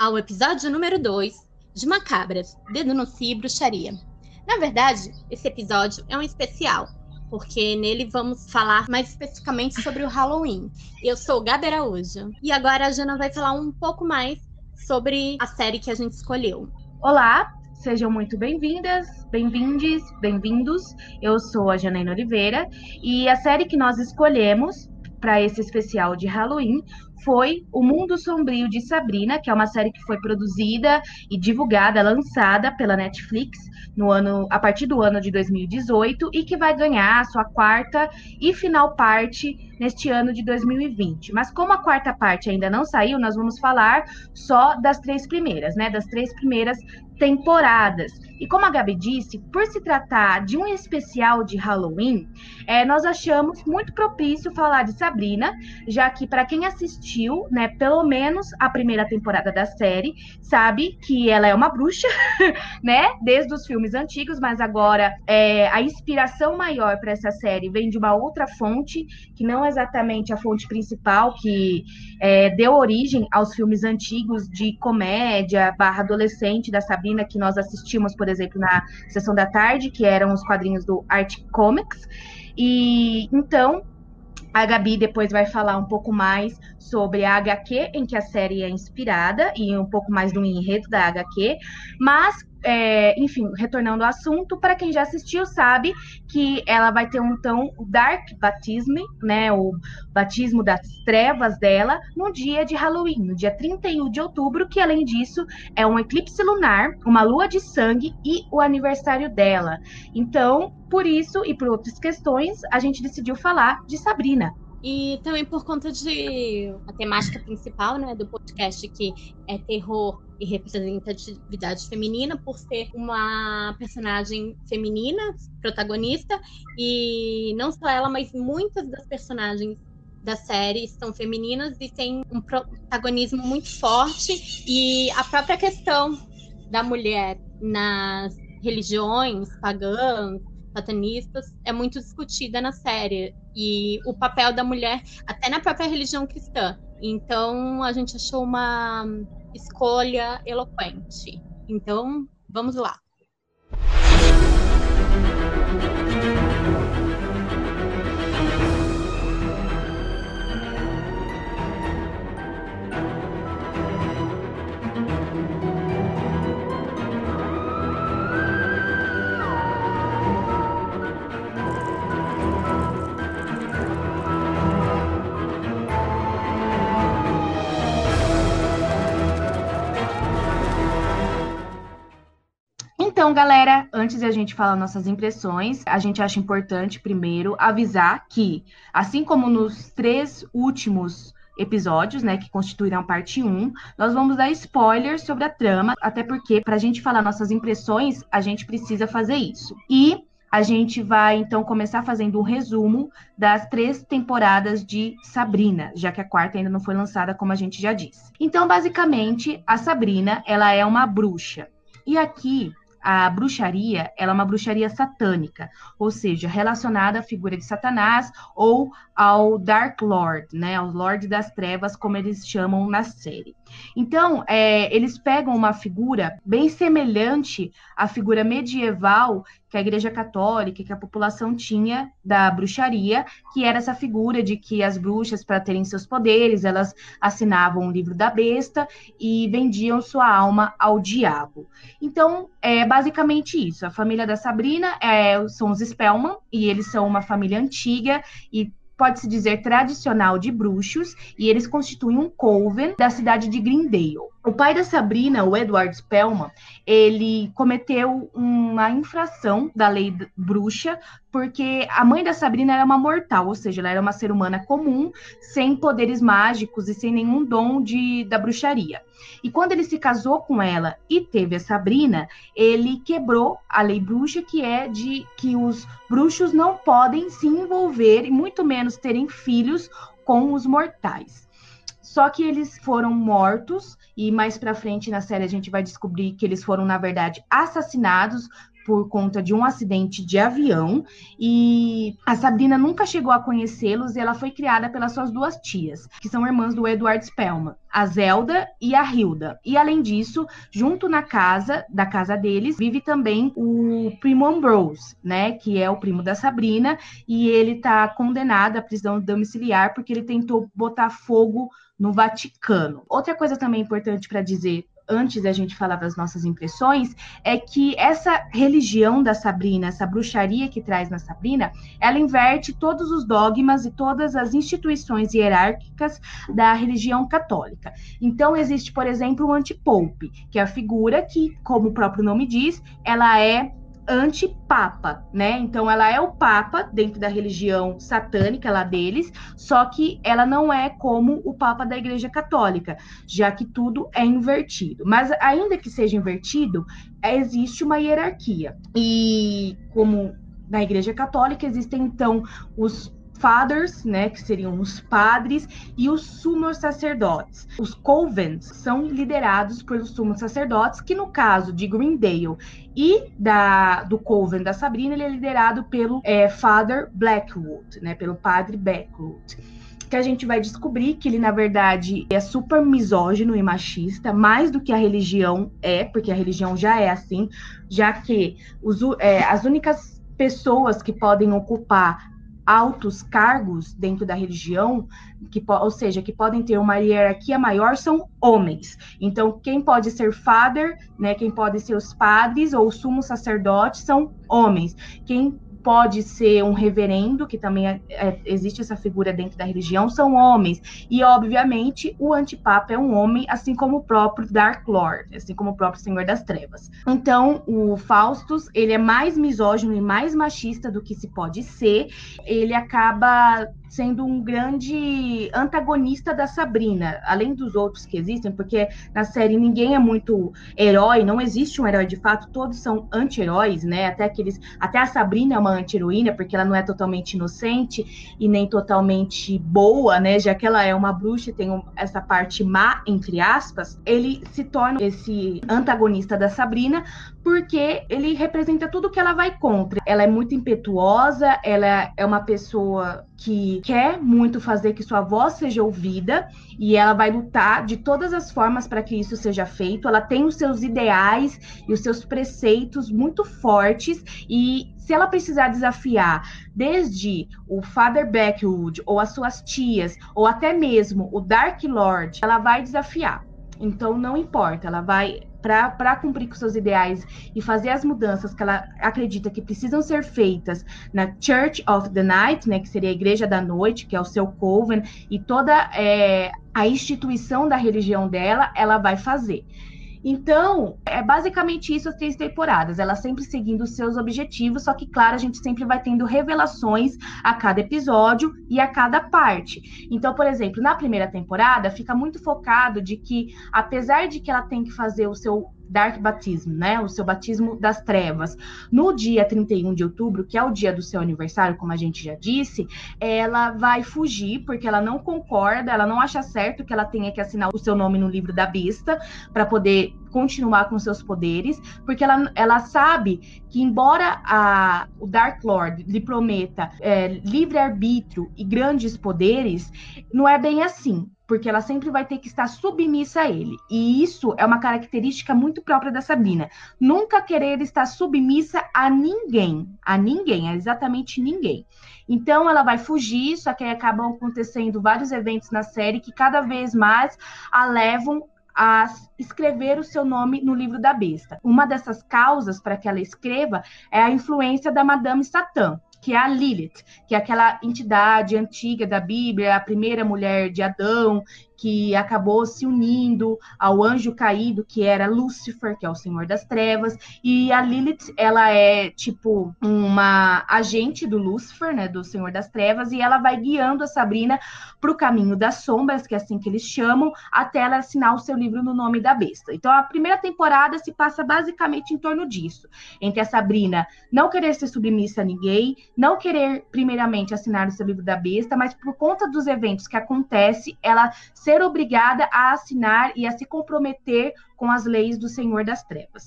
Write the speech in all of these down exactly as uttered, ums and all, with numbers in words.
ao episódio número dois de Macabras, Dedo no Si e Bruxaria. Na verdade, esse episódio é um especial, porque nele vamos falar mais especificamente sobre o Halloween. Eu sou Gabi Araújo, e agora a Jana vai falar um pouco mais sobre a série que a gente escolheu. Olá, sejam muito bem-vindas, bem-vindes, bem-vindos. Eu sou a Janaína Oliveira, e a série que nós escolhemos para esse especial de Halloween foi O Mundo Sombrio de Sabrina, que é uma série que foi produzida e divulgada, lançada pela Netflix no ano, a partir do ano de dois mil e dezoito e que vai ganhar a sua quarta e final parte neste ano de dois mil e vinte. Mas como a quarta parte ainda não saiu, nós vamos falar só das três primeiras, né? Das três primeiras temporadas. E como a Gabi disse, por se tratar de um especial de Halloween, é, nós achamos muito propício falar de Sabrina, já que para quem assistiu, né, pelo menos a primeira temporada da série, sabe que ela é uma bruxa, né, desde os filmes antigos, mas agora é, a inspiração maior para essa série vem de uma outra fonte, que não é exatamente a fonte principal, que é, deu origem aos filmes antigos de comédia barra adolescente da Sabrina, que nós assistimos, por exemplo, na Sessão da Tarde, que eram os quadrinhos do Art Comics. E então a Gabi depois vai falar um pouco mais sobre a H Q em que a série é inspirada e um pouco mais do enredo da H Q, mas É, enfim, retornando ao assunto, para quem já assistiu sabe que ela vai ter um então o Dark Batism, né, o batismo das trevas dela, no dia de Halloween, no dia trinta e um de outubro, que além disso é um eclipse lunar, uma lua de sangue e o aniversário dela. Então, por isso e por outras questões, a gente decidiu falar de Sabrina. E também por conta de a temática principal, né, do podcast, que é terror e representatividade feminina, por ser uma personagem feminina, protagonista, e não só ela, mas muitas das personagens da série são femininas e têm um protagonismo muito forte, e a própria questão da mulher nas religiões pagãs, satanistas, é muito discutida na série, e o papel da mulher até na própria religião cristã. Então a gente achou uma escolha eloquente. Então vamos lá. Então, galera, antes de a gente falar nossas impressões, a gente acha importante, primeiro, avisar que, assim como nos três últimos episódios, né, que constituirão parte um, nós vamos dar spoilers sobre a trama, até porque, para a gente falar nossas impressões, a gente precisa fazer isso. E a gente vai, então, começar fazendo um resumo das três temporadas de Sabrina, já que a quarta ainda não foi lançada, como a gente já disse. Então, basicamente, a Sabrina, ela é uma bruxa. E aqui a bruxaria, ela é uma bruxaria satânica, ou seja, relacionada à figura de Satanás ou ao Dark Lord, né, ao Lorde das Trevas, como eles chamam na série. Então, é, eles pegam uma figura bem semelhante à figura medieval que a Igreja Católica, que a população tinha da bruxaria, que era essa figura de que as bruxas, para terem seus poderes, elas assinavam o livro da besta e vendiam sua alma ao diabo. Então, é basicamente isso. A família da Sabrina é, são os Spellman, e eles são uma família antiga e pode-se dizer tradicional de bruxos, e eles constituem um coven da cidade de Greendale. O pai da Sabrina, o Edward Spellman, ele cometeu uma infração da lei bruxa, porque a mãe da Sabrina era uma mortal, ou seja, ela era uma ser humana comum, sem poderes mágicos e sem nenhum dom de, da bruxaria. E quando ele se casou com ela e teve a Sabrina, ele quebrou a lei bruxa, que é de que os bruxos não podem se envolver, e muito menos terem filhos com os mortais. Só que eles foram mortos, e mais pra frente na série a gente vai descobrir que eles foram, na verdade, assassinados por conta de um acidente de avião, e a Sabrina nunca chegou a conhecê-los, e ela foi criada pelas suas duas tias, que são irmãs do Edward Spellman, a Zelda e a Hilda. E além disso, junto na casa, da casa deles, vive também o primo Ambrose, né, que é o primo da Sabrina, e ele tá condenado à prisão domiciliar porque ele tentou botar fogo no Vaticano. Outra coisa também importante para dizer, antes da gente falar das nossas impressões, é que essa religião da Sabrina, essa bruxaria que traz na Sabrina, ela inverte todos os dogmas e todas as instituições hierárquicas da religião católica. Então, existe, por exemplo, o antipope, que é a figura que, como o próprio nome diz, ela é antipapa, né? Então ela é o papa dentro da religião satânica lá deles, só que ela não é como o papa da Igreja Católica, já que tudo é invertido. Mas ainda que seja invertido, existe uma hierarquia. E como na Igreja Católica existem então os fathers, né, que seriam os padres, e os sumos sacerdotes. Os covens são liderados pelos sumos sacerdotes, que no caso de Greendale e da, do coven da Sabrina, ele é liderado pelo é, Father Blackwood, né, pelo padre Blackwood. Que a gente vai descobrir que ele, na verdade, é super misógino e machista, mais do que a religião é, porque a religião já é assim, já que os, é, as únicas pessoas que podem ocupar altos cargos dentro da religião, que, ou seja, que podem ter uma hierarquia maior, são homens. Então, quem pode ser father, né, quem pode ser os padres ou o sumo sacerdote são homens. Quem pode ser um reverendo, que também é, é, existe essa figura dentro da religião, são homens. E, obviamente, o antipapa é um homem, assim como o próprio Dark Lord, assim como o próprio Senhor das Trevas. Então, o Faustus, ele é mais misógino e mais machista do que se pode ser. Ele acaba sendo um grande antagonista da Sabrina, além dos outros que existem, porque na série ninguém é muito herói, não existe um herói de fato, todos são anti-heróis, né? Até aqueles, até a Sabrina é uma anti-heroína, porque ela não é totalmente inocente e nem totalmente boa, né? Já que ela é uma bruxa e tem um, essa parte má, entre aspas, ele se torna esse antagonista da Sabrina, porque ele representa tudo que ela vai contra. Ela é muito impetuosa, ela é uma pessoa que quer muito fazer que sua voz seja ouvida, e ela vai lutar de todas as formas para que isso seja feito. Ela tem os seus ideais e os seus preceitos muito fortes, e se ela precisar desafiar desde o Father Blackwood, ou as suas tias, ou até mesmo o Dark Lord, ela vai desafiar. Então não importa, ela vai para cumprir com seus ideais e fazer as mudanças que ela acredita que precisam ser feitas na Church of the Night, né, que seria a Igreja da Noite, que é o seu coven, e toda é, a instituição da religião dela, ela vai fazer. Então, é basicamente isso as três temporadas, ela sempre seguindo os seus objetivos, só que, claro, a gente sempre vai tendo revelações a cada episódio e a cada parte. Então, por exemplo, na primeira temporada, fica muito focado de que, apesar de que ela tem que fazer o seu Dark Batismo, né, o seu batismo das trevas, no dia trinta e um de outubro, que é o dia do seu aniversário, como a gente já disse, ela vai fugir, porque ela não concorda, ela não acha certo que ela tenha que assinar o seu nome no livro da besta, para poder continuar com seus poderes, porque ela, ela sabe que, embora a, o Dark Lord lhe prometa é, livre-arbítrio e grandes poderes, não é bem assim, porque ela sempre vai ter que estar submissa a ele. E isso é uma característica muito própria da Sabrina. Nunca querer estar submissa a ninguém. A ninguém, a exatamente ninguém. Então, ela vai fugir, só que aí acabam acontecendo vários eventos na série que cada vez mais a levam a escrever o seu nome no livro da besta. Uma dessas causas para que ela escreva é a influência da Madame Satã, que é a Lilith, que é aquela entidade antiga da Bíblia, a primeira mulher de Adão, que acabou se unindo ao anjo caído, que era Lúcifer, que é o Senhor das Trevas, e a Lilith, ela é tipo uma agente do Lúcifer, né, do Senhor das Trevas, e ela vai guiando a Sabrina para o caminho das sombras, que é assim que eles chamam, até ela assinar o seu livro no nome da besta. Então, a primeira temporada se passa basicamente em torno disso, entre a Sabrina não querer ser submissa a ninguém, não querer, primeiramente, assinar o seu livro da besta, mas por conta dos eventos que acontecem, ela ser obrigada a assinar e a se comprometer com as leis do Senhor das Trevas.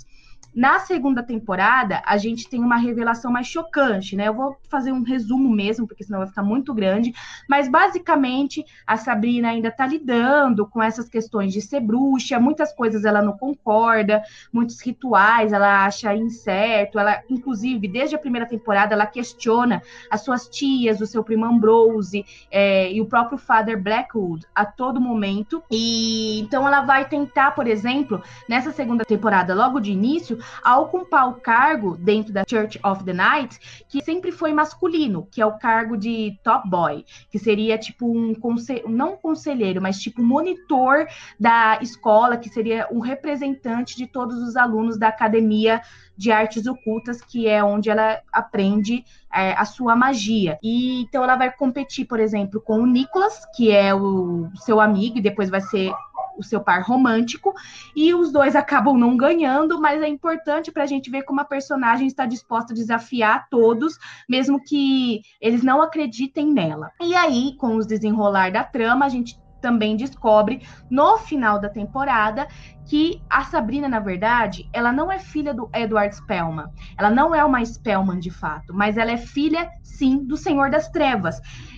Na segunda temporada, a gente tem uma revelação mais chocante, né? Eu vou fazer um resumo mesmo, porque senão vai ficar muito grande. Mas, basicamente, a Sabrina ainda tá lidando com essas questões de ser bruxa. Muitas coisas ela não concorda, muitos rituais ela acha incerto. Ela, inclusive, desde a primeira temporada, ela questiona as suas tias, o seu primo Ambrose é, e o próprio Father Blackwood a todo momento. E então ela vai tentar, por exemplo, nessa segunda temporada, logo de início, a ocupar o cargo dentro da Church of the Night, que sempre foi masculino, que é o cargo de top boy, que seria tipo um conselheiro, não conselheiro, mas tipo monitor da escola, que seria um representante de todos os alunos da Academia de Artes Ocultas, que é onde ela aprende é, a sua magia. E então ela vai competir, por exemplo, com o Nicholas, que é o seu amigo, e depois vai ser o seu par romântico, e os dois acabam não ganhando, mas é importante para a gente ver como a personagem está disposta a desafiar todos, mesmo que eles não acreditem nela. E aí, com os desenrolar da trama, a gente também descobre, no final da temporada, que a Sabrina, na verdade, ela não é filha do Edward Spellman. Ela não é uma Spellman, de fato, mas ela é filha, sim, do Senhor das Trevas.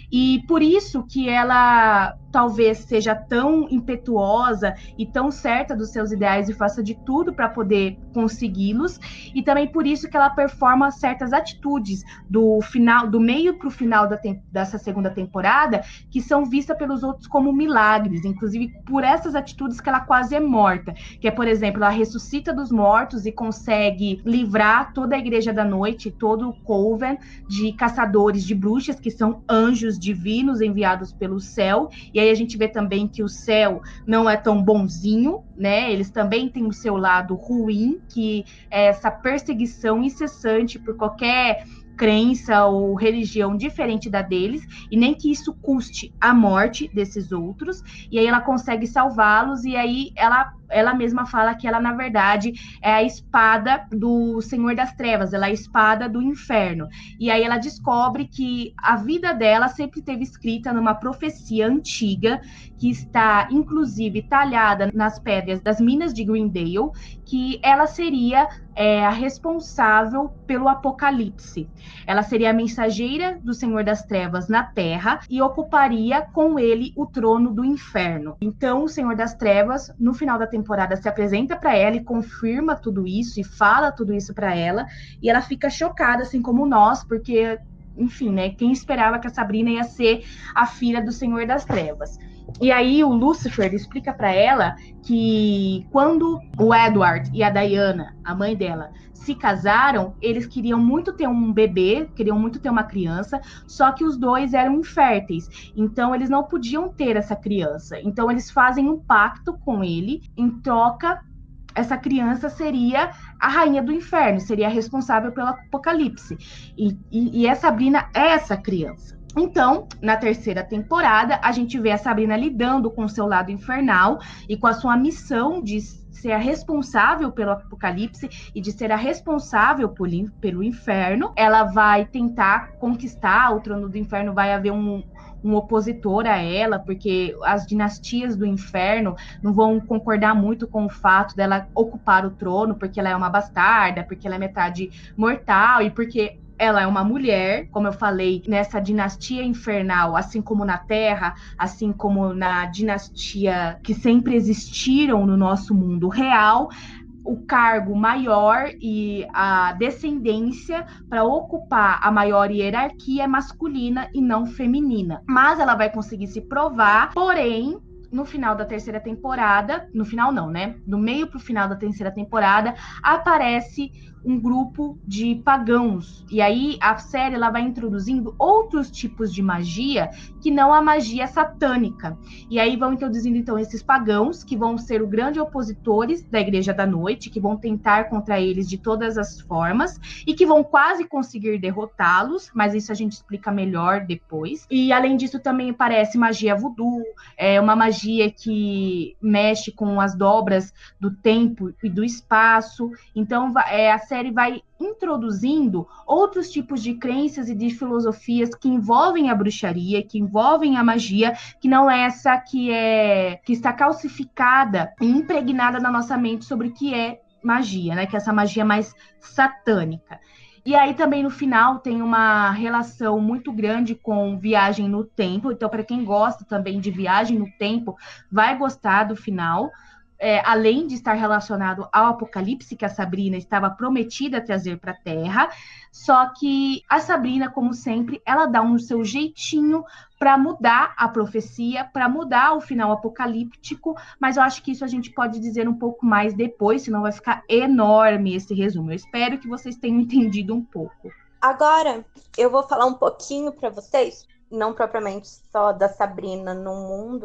E por isso que ela talvez seja tão impetuosa e tão certa dos seus ideais e faça de tudo para poder consegui-los. E também por isso que ela performa certas atitudes do final, do meio para o final da tem- dessa segunda temporada, que são vistas pelos outros como milagres. Inclusive por essas atitudes que ela quase é morta. Que é, por exemplo, ela ressuscita dos mortos e consegue livrar toda a Igreja da Noite, todo o Coven de caçadores de bruxas, que são anjos divinos enviados pelo céu. E aí a gente vê também que o céu não é tão bonzinho, né? Eles também têm o seu lado ruim, que é essa perseguição incessante por qualquer crença ou religião diferente da deles, e nem que isso custe a morte desses outros. E aí ela consegue salvá-los, e aí ela ela mesma fala que ela, na verdade, é a espada do Senhor das Trevas, ela é a espada do inferno. E aí ela descobre que a vida dela sempre teve escrita numa profecia antiga, que está, inclusive, talhada nas pedras das minas de Greendale, que ela seria é, a responsável pelo apocalipse. Ela seria a mensageira do Senhor das Trevas na Terra e ocuparia com ele o trono do inferno. Então, o Senhor das Trevas, no final da temporada, se apresenta para ela e confirma tudo isso e fala tudo isso para ela, e ela fica chocada, assim como nós, porque, enfim, né, quem esperava que a Sabrina ia ser a filha do Senhor das Trevas. E aí o Lucifer explica para ela que quando o Edward e a Diana, a mãe dela, se casaram, eles queriam muito ter um bebê, queriam muito ter uma criança, só que os dois eram inférteis, então eles não podiam ter essa criança. Então eles fazem um pacto com ele, em troca, essa criança seria a rainha do inferno, seria a responsável pelo apocalipse. E, e, e a Sabrina é essa criança. Então, na terceira temporada, a gente vê a Sabrina lidando com o seu lado infernal e com a sua missão de ser a responsável pelo apocalipse e de ser a responsável por, pelo inferno. Ela vai tentar conquistar o trono do inferno, vai haver um, um opositor a ela, porque as dinastias do inferno não vão concordar muito com o fato dela ocupar o trono, porque ela é uma bastarda, porque ela é metade mortal e porque ela é uma mulher, como eu falei, nessa dinastia infernal, assim como na Terra, assim como na dinastia que sempre existiram no nosso mundo real, o cargo maior e a descendência para ocupar a maior hierarquia é masculina e não feminina. Mas ela vai conseguir se provar, porém, no final da terceira temporada, no final não, né? No meio pro final da terceira temporada, aparece um grupo de pagãos. E aí a série ela vai introduzindo outros tipos de magia que não a magia satânica. E aí vão introduzindo então esses pagãos que vão ser os grandes opositores da Igreja da Noite, que vão tentar contra eles de todas as formas e que vão quase conseguir derrotá-los, mas isso a gente explica melhor depois. E além disso também aparece magia voodoo, é uma magia que mexe com as dobras do tempo e do espaço. Então é, a série vai introduzindo outros tipos de crenças e de filosofias que envolvem a bruxaria, que envolvem a magia, que não é essa que é que está calcificada e impregnada na nossa mente sobre o que é magia, né? Que é essa magia mais satânica. E aí também no final tem uma relação muito grande com viagem no tempo. Então, para quem gosta também de viagem no tempo, vai gostar do final. É, além de estar relacionado ao apocalipse que a Sabrina estava prometida a trazer para a Terra, só que a Sabrina, como sempre, ela dá um seu jeitinho para mudar a profecia, para mudar o final apocalíptico, mas eu acho que isso a gente pode dizer um pouco mais depois, senão vai ficar enorme esse resumo. Eu espero que vocês tenham entendido um pouco. Agora, eu vou falar um pouquinho para vocês, não propriamente só da Sabrina no mundo,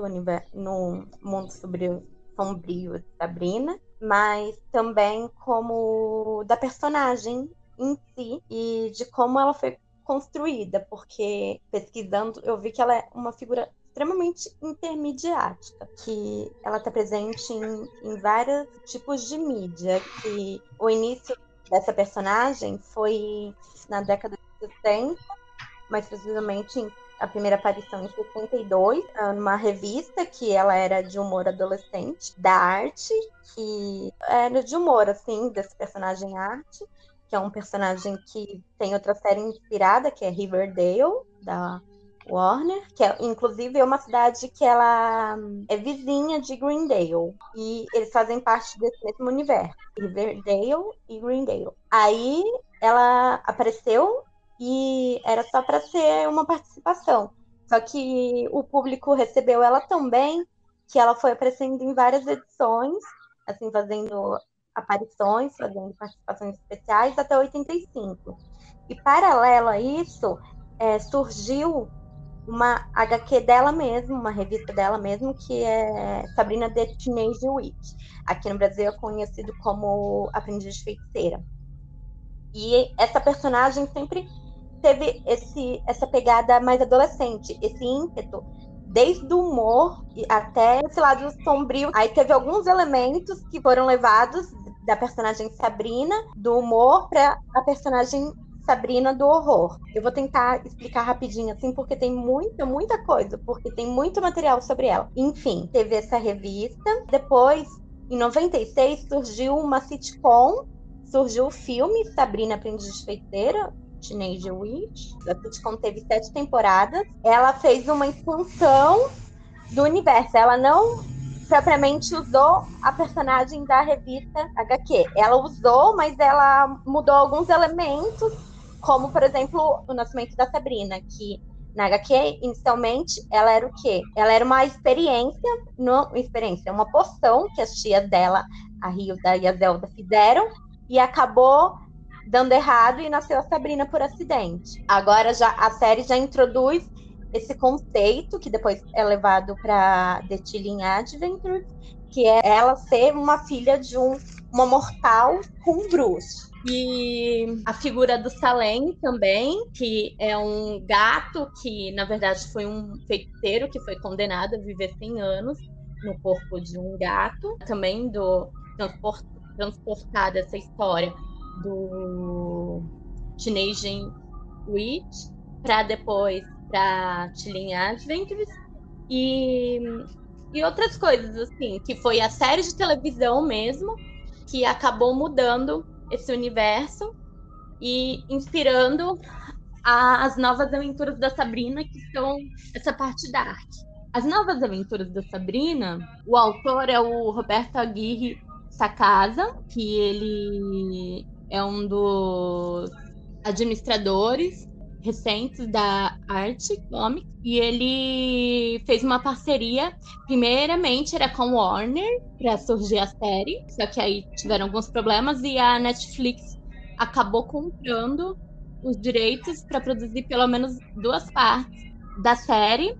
no mundo sobre sombrio de Sabrina, mas também como da personagem em si e de como ela foi construída, porque pesquisando eu vi que ela é uma figura extremamente intermediática, que ela está presente em, em vários tipos de mídia, que o início dessa personagem foi na década de sessenta, mais precisamente em a primeira aparição em sessenta e dois, numa revista que ela era de humor adolescente, da Arte, que era de humor, assim, desse personagem Arte, que é um personagem que tem outra série inspirada, que é Riverdale, da Warner, que é, inclusive, é uma cidade que ela é vizinha de Greendale, e eles fazem parte desse mesmo universo, Riverdale e Greendale. Aí ela apareceu e era só para ser uma participação. Só que o público recebeu ela tão bem que ela foi aparecendo em várias edições, assim, fazendo aparições, fazendo participações especiais até oitenta e cinco. E paralelo a isso, é, surgiu uma H Q dela mesma, uma revista dela mesma, que é Sabrina the Teenage Witch. Aqui no Brasil é conhecido como Aprendiz de Feiticeira. E essa personagem sempre teve esse, essa pegada mais adolescente, esse ímpeto, desde o humor até esse lado sombrio. Aí teve alguns elementos que foram levados da personagem Sabrina, do humor, para a personagem Sabrina do horror. Eu vou tentar explicar rapidinho, assim, porque tem muita, muita coisa, porque tem muito material sobre ela. Enfim, teve essa revista. Depois, em noventa e seis, surgiu uma sitcom, surgiu o filme Sabrina Aprendiz de Feiticeira, Teenage Witch. A sitcom teve sete temporadas. Ela fez uma expansão do universo. Ela não propriamente usou a personagem da revista H Q. Ela usou, mas ela mudou alguns elementos, como, por exemplo, o nascimento da Sabrina, que na H Q, inicialmente, ela era o quê? Ela era uma experiência, não experiência, uma poção que as tias dela, a Hilda e a Zelda, fizeram, e acabou dando errado e nasceu a Sabrina por acidente. Agora já a série já introduz esse conceito, que depois é levado para The Chilling Adventures, que é ela ser uma filha de um, uma mortal com um bruxo. E a figura do Salem também, que é um gato que, na verdade, foi um feiticeiro que foi condenado a viver cem anos no corpo de um gato. Também do transport, transportar essa história do Teenage Witch para depois para Chilling Adventures e, e outras coisas, assim, que foi a série de televisão mesmo, que acabou mudando esse universo e inspirando a, as novas aventuras da Sabrina, que são essa parte dark. As novas aventuras da Sabrina, o autor é o Roberto Aguirre Sacasa, que ele é um dos administradores recentes da Arte Comics, e ele fez uma parceria, primeiramente era com Warner, para surgir a série, só que aí tiveram alguns problemas e a Netflix acabou comprando os direitos para produzir pelo menos duas partes da série,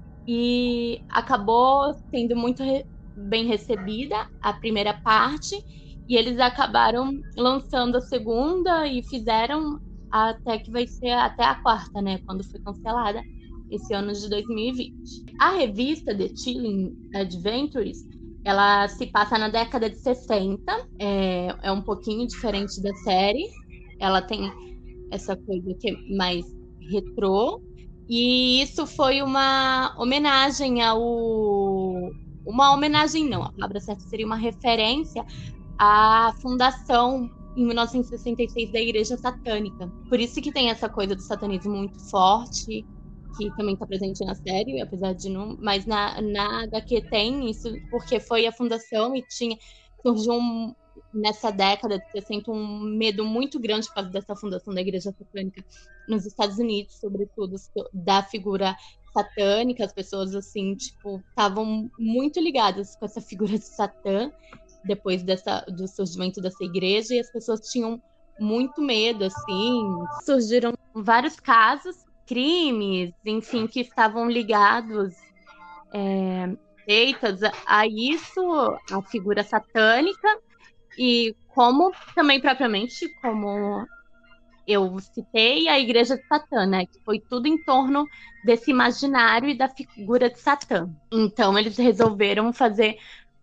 e acabou sendo muito re- bem recebida a primeira parte, e eles acabaram lançando a segunda e fizeram até que vai ser até a quarta, né? Quando foi cancelada esse ano de dois mil e vinte. A revista The Chilling Adventures, ela se passa na década de sessenta, é, é um pouquinho diferente da série. Ela tem essa coisa que é mais retrô, e isso foi uma homenagem ao... Uma homenagem não, a palavra certa seria uma referência a fundação em mil novecentos e sessenta e seis da Igreja Satânica. Por isso que tem essa coisa do satanismo muito forte, que também está presente na série, apesar de não... Mas na, na H Q tem isso, porque foi a fundação e tinha... Surgiu um, nessa década de sessenta um medo muito grande por causa dessa fundação da Igreja Satânica nos Estados Unidos, sobretudo da figura satânica. As pessoas, assim, tipo, estavam muito ligadas com essa figura de Satã, depois dessa, do surgimento dessa igreja, e as pessoas tinham muito medo, assim. Surgiram vários casos, crimes, enfim, que estavam ligados, é, feitas a isso, a figura satânica, e como também, propriamente, como eu citei, a Igreja de Satã, né, que foi tudo em torno desse imaginário e da figura de Satã. Então, eles resolveram fazer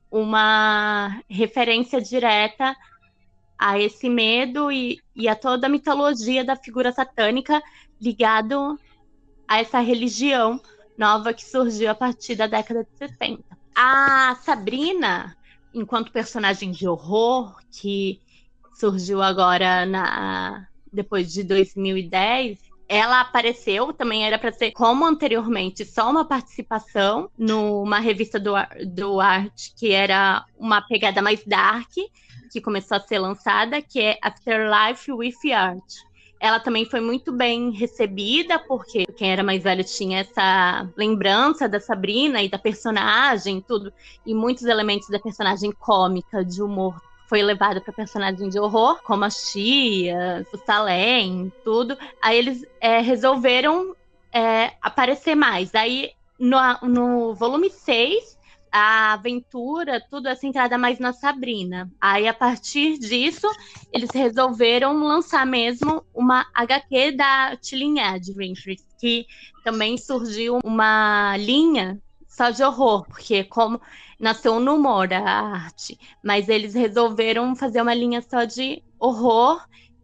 uma referência direta a esse medo e, e a toda a mitologia da figura satânica ligado a essa religião nova que surgiu a partir da década de sessenta. A Sabrina, enquanto personagem de horror, que surgiu agora na, depois de dois mil e dez, ela apareceu, também era para ser, como anteriormente, só uma participação numa revista do, do Art, que era uma pegada mais dark, que começou a ser lançada, que é Afterlife with Art. Ela também foi muito bem recebida, porque quem era mais velho tinha essa lembrança da Sabrina e da personagem, tudo, e muitos elementos da personagem cômica, de humor, foi levado para personagem de horror, como as tias, o Salem, tudo. Aí eles é, resolveram é, aparecer mais. Aí no, no volume seis, a aventura, tudo é centrada mais na Sabrina. Aí a partir disso, eles resolveram lançar mesmo uma H Q da Chilling Adventures, que também surgiu uma linha só de horror, porque como nasceu no humor a arte, mas eles resolveram fazer uma linha só de horror,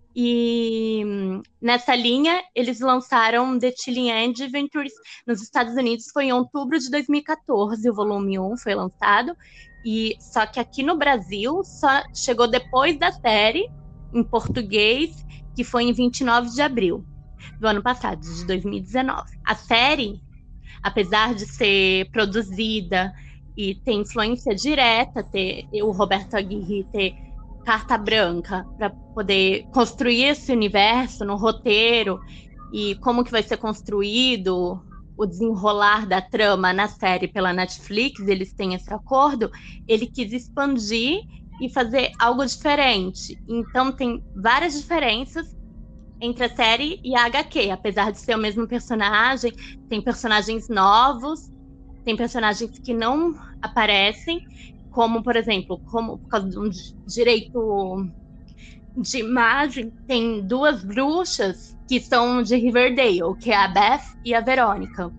e nessa linha eles lançaram The Chilling Adventures nos Estados Unidos, foi em outubro de dois mil e catorze, o volume um foi lançado, e só que aqui no Brasil só chegou depois da série, em português, que foi em vinte e nove de abril do ano passado, de dois mil e dezenove. A série, apesar de ser produzida e ter influência direta, ter o Roberto Aguirre ter carta branca para poder construir esse universo no roteiro e como que vai ser construído o desenrolar da trama na série pela Netflix, eles têm esse acordo, ele quis expandir e fazer algo diferente. Então tem várias diferenças entre a série e a H Q, apesar de ser o mesmo personagem, tem personagens novos, tem personagens que não aparecem, como, por exemplo, como por causa de um direito de imagem, tem duas bruxas que são de Riverdale, que é a Beth e a Verônica.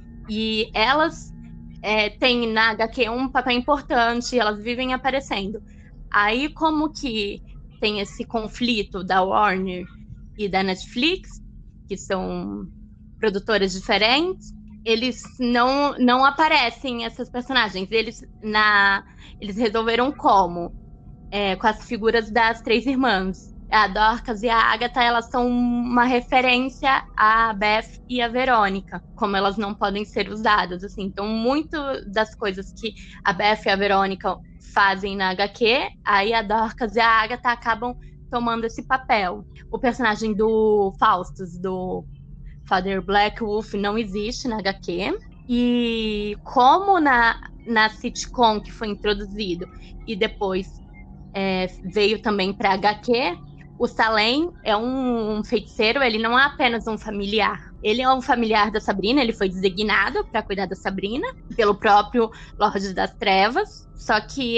E elas é, têm na H Q um papel importante, elas vivem aparecendo. Aí, como que tem esse conflito da Warner e da Netflix, que são produtoras diferentes, eles não, não aparecem essas personagens. Eles, na, eles resolveram como? É, com as figuras das três irmãs. A Dorcas e a Agatha, elas são uma referência à Beth e a Verônica, como elas não podem ser usadas. Assim. Então, muito das coisas que a Beth e a Verônica fazem na H Q, aí a Dorcas e a Agatha acabam tomando esse papel. O personagem do Faustus, do Father Black Wolf, não existe na H Q. E como na, na sitcom que foi introduzido e depois é, veio também para H Q, o Salem é um, um feiticeiro, ele não é apenas um familiar. Ele é um familiar da Sabrina, ele foi designado para cuidar da Sabrina pelo próprio Lorde das Trevas. Só que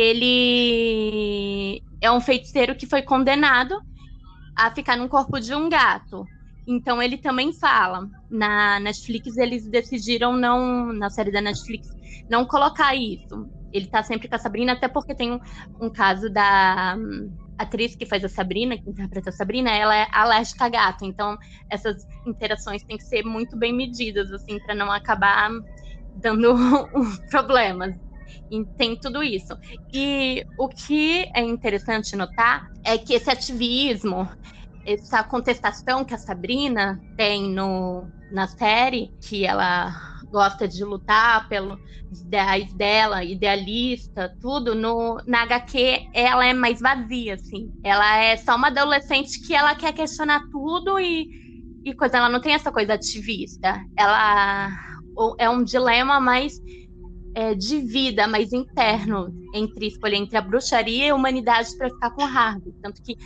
ele é um feiticeiro que foi condenado a ficar no corpo de um gato. Então ele também fala. Na Netflix eles decidiram não, na série da Netflix, não colocar isso. Ele tá sempre com a Sabrina, até porque tem um, um caso da um, atriz que faz a Sabrina, que interpreta a Sabrina, ela é alérgica a gato. Então essas interações têm que ser muito bem medidas, assim, para não acabar dando problemas. E tem tudo isso. E o que é interessante notar é que esse ativismo, essa contestação que a Sabrina tem no, na série, que ela gosta de lutar pelos ideais dela, idealista, tudo, no, na agá quê ela é mais vazia, assim. Ela é só uma adolescente que ela quer questionar tudo e, e coisa, ela não tem essa coisa ativista. Ela é um dilema mais é, de vida, mais interno, entre escolher entre a bruxaria e a humanidade para ficar com Harvey. Tanto que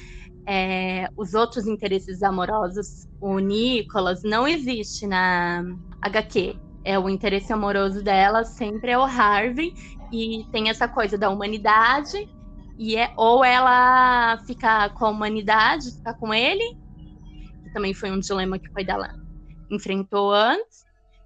é, os outros interesses amorosos, o Nicholas, não existe na agá quê. É, o interesse amoroso dela sempre é o Harvey, e tem essa coisa da humanidade, e é, ou ela fica com a humanidade, ficar com ele, que também foi um dilema que o pai dela enfrentou antes,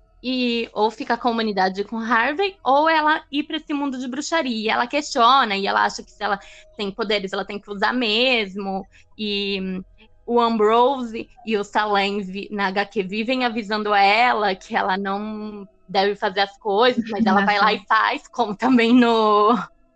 e ou ficar com a humanidade com Harvey, ou ela ir para esse mundo de bruxaria. E ela questiona, e ela acha que se ela tem poderes, ela tem que usar mesmo, e o Ambrose e o Salem na agá quê vivem avisando ela que ela não deve fazer as coisas, mas ela vai lá e faz, como também no...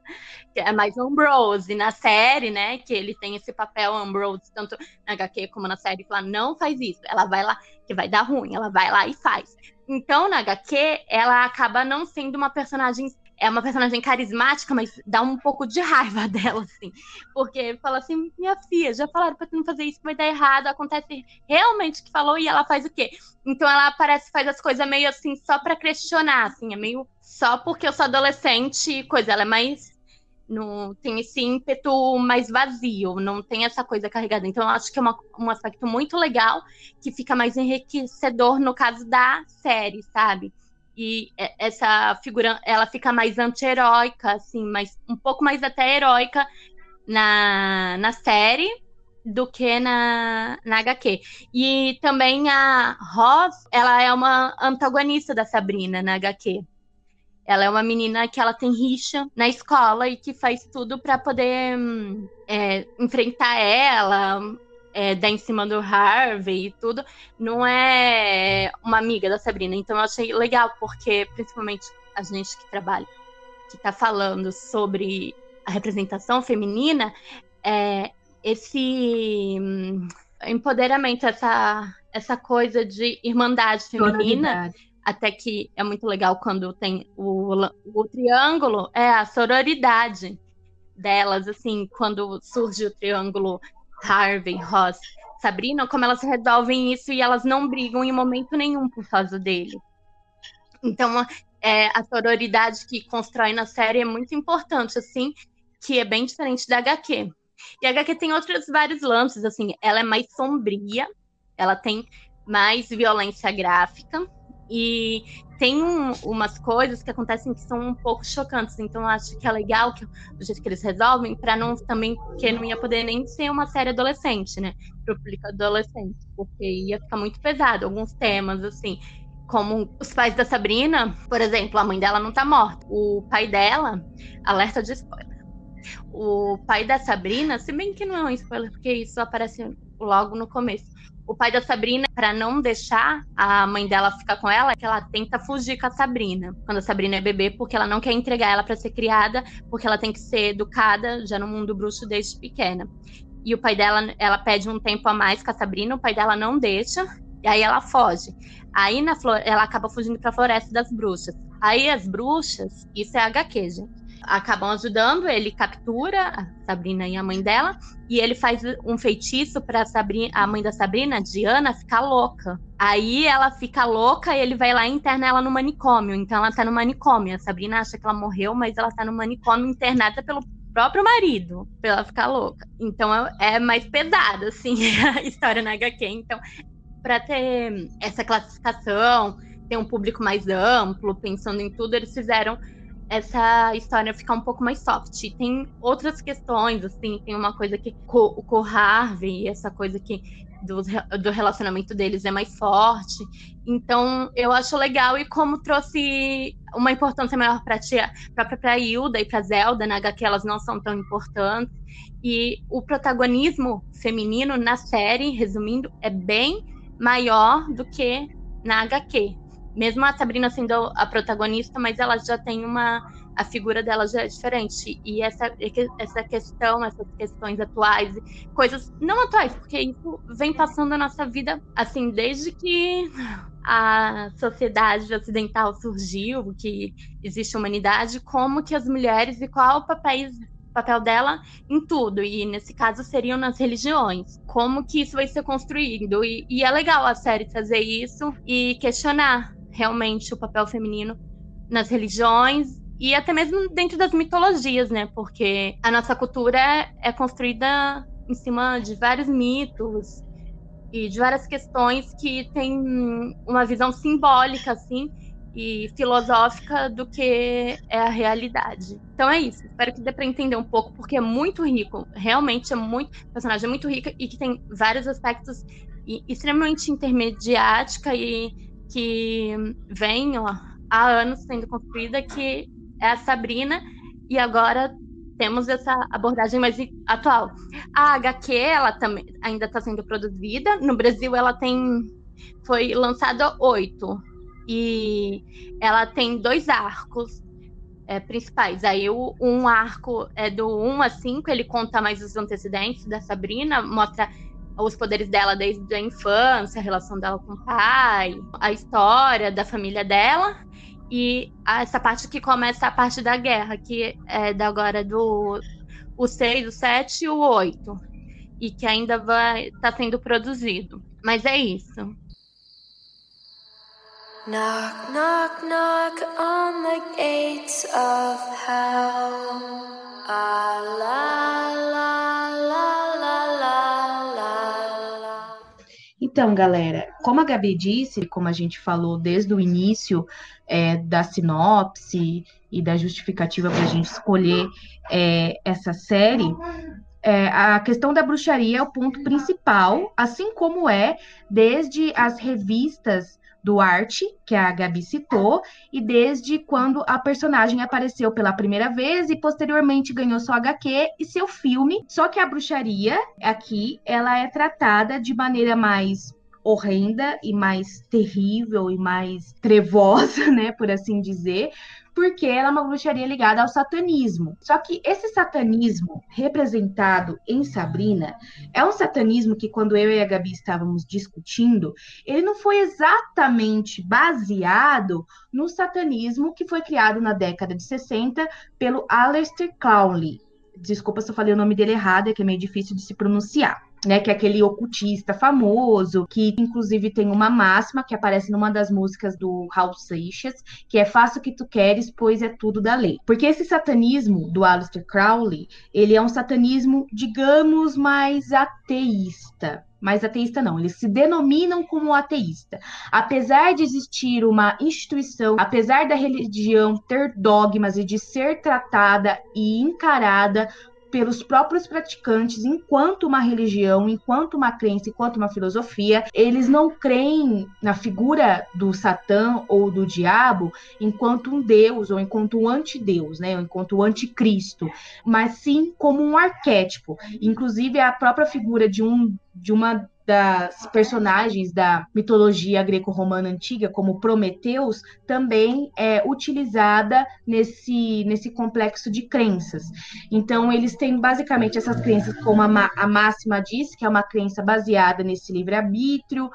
É mais o Ambrose na série, né? Que ele tem esse papel, Ambrose, tanto na agá quê como na série, que ela não faz isso. Ela vai lá, que vai dar ruim, ela vai lá e faz. Então, na agá quê, ela acaba não sendo uma personagem... É uma personagem carismática, mas dá um pouco de raiva dela, assim. Porque fala assim, minha filha, já falaram pra tu não fazer isso, que vai dar errado. Acontece realmente o que falou e ela faz o quê? Então ela aparece, faz as coisas meio assim, só pra questionar, assim. É meio só porque eu sou adolescente e coisa. Ela é mais... Não, tem esse ímpeto mais vazio, não tem essa coisa carregada. Então eu acho que é uma, um aspecto muito legal, que fica mais enriquecedor no caso da série, sabe? E essa figura, ela fica mais anti-heróica, assim, mais, um pouco mais até heróica na, na série do que na, na agá quê. E também a Roz, ela é uma antagonista da Sabrina na agá quê. Ela é uma menina que ela tem rixa na escola e que faz tudo para poder é, enfrentar ela, É, dar em cima do Harvey e tudo, não é uma amiga da Sabrina. Então eu achei legal, porque principalmente a gente que trabalha, que tá falando sobre a representação feminina, é, esse hum, empoderamento, essa, essa coisa de irmandade feminina, até que é muito legal quando tem o, o triângulo, é a sororidade delas, assim, quando surge o triângulo Harvey, Roz, Sabrina, como elas resolvem isso e elas não brigam em momento nenhum por causa dele. Então, é, a sororidade que constrói na série é muito importante, assim, que é bem diferente da agá quê. E a agá quê tem outros vários lances, assim, ela é mais sombria, ela tem mais violência gráfica, e tem um, umas coisas que acontecem que são um pouco chocantes, então eu acho que é legal que, do jeito que eles resolvem, para não também, porque não ia poder nem ser uma série adolescente, né, para o público adolescente, porque ia ficar muito pesado, alguns temas, assim, como os pais da Sabrina, por exemplo, a mãe dela não tá morta, o pai dela, alerta de spoiler, o pai da Sabrina, se bem que não é um spoiler, porque isso aparece logo no começo, o pai da Sabrina, para não deixar a mãe dela ficar com ela, que ela tenta fugir com a Sabrina, quando a Sabrina é bebê, porque ela não quer entregar ela para ser criada, porque ela tem que ser educada já no mundo bruxo desde pequena. E o pai dela, ela pede um tempo a mais com a Sabrina, o pai dela não deixa, e aí ela foge. Aí na flor- ela acaba fugindo para a Floresta das Bruxas. Aí as bruxas, isso é agá quê, gente, acabam ajudando, ele captura a Sabrina e a mãe dela, e ele faz um feitiço para a mãe da Sabrina, Diana, ficar louca. Aí ela fica louca e ele vai lá e interna ela no manicômio. Então ela tá no manicômio. A Sabrina acha que ela morreu, mas ela tá no manicômio internada pelo próprio marido, pra ela ficar louca. Então é mais pesada, assim, a história na agá quê. Então, para ter essa classificação, ter um público mais amplo, pensando em tudo, eles fizeram essa história ficar um pouco mais soft. E tem outras questões, assim, tem uma coisa que com o Harvey, essa coisa que do, do relacionamento deles é mais forte. Então, eu acho legal, e como trouxe uma importância maior para a pra Hilda e para Zelda, na agá quê elas não são tão importantes. E o protagonismo feminino na série, resumindo, é bem maior do que na agá quê. Mesmo a Sabrina sendo a protagonista, mas ela já tem uma a figura dela já é diferente. E essa, essa questão, essas questões atuais, coisas não atuais, porque isso vem passando a nossa vida, assim, desde que a sociedade ocidental surgiu, que existe a humanidade, como que as mulheres e qual o papel, papel dela em tudo, e nesse caso seriam nas religiões. Como que isso vai ser construído, e, e é legal a série trazer isso e questionar realmente o papel feminino nas religiões e até mesmo dentro das mitologias, né? Porque a nossa cultura é, é construída em cima de vários mitos e de várias questões que têm uma visão simbólica, assim, e filosófica do que é a realidade. Então é isso. Espero que dê para entender um pouco, porque é muito rico. Realmente é muito... O personagem é muito rico e que tem vários aspectos extremamente intermediática e que vem, ó, há anos sendo construída, que é a Sabrina, e agora temos essa abordagem mais atual. A H Q, ela também ainda está sendo produzida. No Brasil, ela tem... Foi lançada oito. E ela tem dois arcos é, principais. Aí o, um arco é do um a cinco, ele conta mais os antecedentes da Sabrina, mostra os poderes dela desde a infância, a relação dela com o pai, a história da família dela. E essa parte que começa a parte da guerra, que é da agora do o seis, o sete e o oito. E que ainda vai estar tá sendo produzido. Mas é isso. Knock, knock, knock on the gates of hell. Ah, la, la, la, la, la, la, la. Então, galera, como a Gabi disse, como a gente falou desde o início é, da sinopse e da justificativa para a gente escolher é, essa série, é, a questão da bruxaria é o ponto principal, assim como é desde as revistas do Arte, que a Gabi citou, e desde quando a personagem apareceu pela primeira vez e posteriormente ganhou sua H Q e seu filme. Só que a bruxaria aqui, ela é tratada de maneira mais horrenda e mais terrível e mais trevosa, né, por assim dizer, porque ela é uma bruxaria ligada ao satanismo. Só que esse satanismo representado em Sabrina é um satanismo que, quando eu e a Gabi estávamos discutindo, ele não foi exatamente baseado no satanismo que foi criado na década de sessenta pelo Aleister Crowley. Desculpa se eu falei o nome dele errado, é que é meio difícil de se pronunciar. Né, que é aquele ocultista famoso, que inclusive tem uma máxima que aparece numa das músicas do Raul Seixas, que é faça o que tu queres, pois é tudo da lei. Porque esse satanismo do Aleister Crowley, ele é um satanismo, digamos, mais ateísta. Mais ateísta não, eles se denominam como ateísta. Apesar de existir uma instituição, apesar da religião ter dogmas e de ser tratada e encarada pelos próprios praticantes enquanto uma religião, enquanto uma crença, enquanto uma filosofia, eles não creem na figura do Satã ou do diabo enquanto um deus ou enquanto um antideus, né, ou enquanto um anticristo, mas sim como um arquétipo. Inclusive a própria figura de um de uma das personagens da mitologia greco-romana antiga, como Prometeus, também é utilizada nesse, nesse complexo de crenças. Então, eles têm basicamente essas crenças, como a, a máxima diz, que é uma crença baseada nesse livre-arbítrio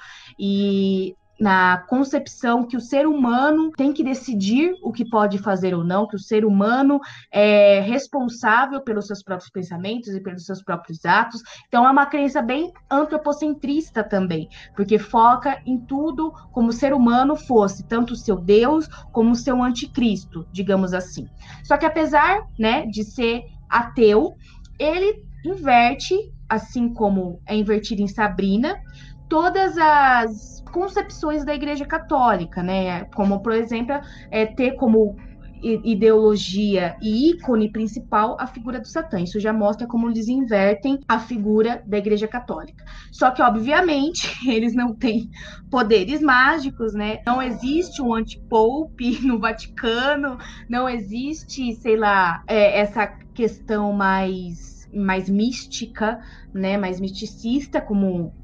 e na concepção que o ser humano tem que decidir o que pode fazer ou não, que o ser humano é responsável pelos seus próprios pensamentos e pelos seus próprios atos. Então, é uma crença bem antropocentrista também, porque foca em tudo como o ser humano fosse, tanto o seu Deus como o seu anticristo, digamos assim. Só que apesar, né, de ser ateu, ele inverte, assim como é invertido em Sabrina, todas as concepções da Igreja Católica, né? Como, por exemplo, é, ter como ideologia e ícone principal a figura do Satã. Isso já mostra como eles invertem a figura da Igreja Católica. Só que, obviamente, eles não têm poderes mágicos, né? Não existe um antipope no Vaticano, não existe, sei lá, é, essa questão mais, mais mística, né? Mais misticista, como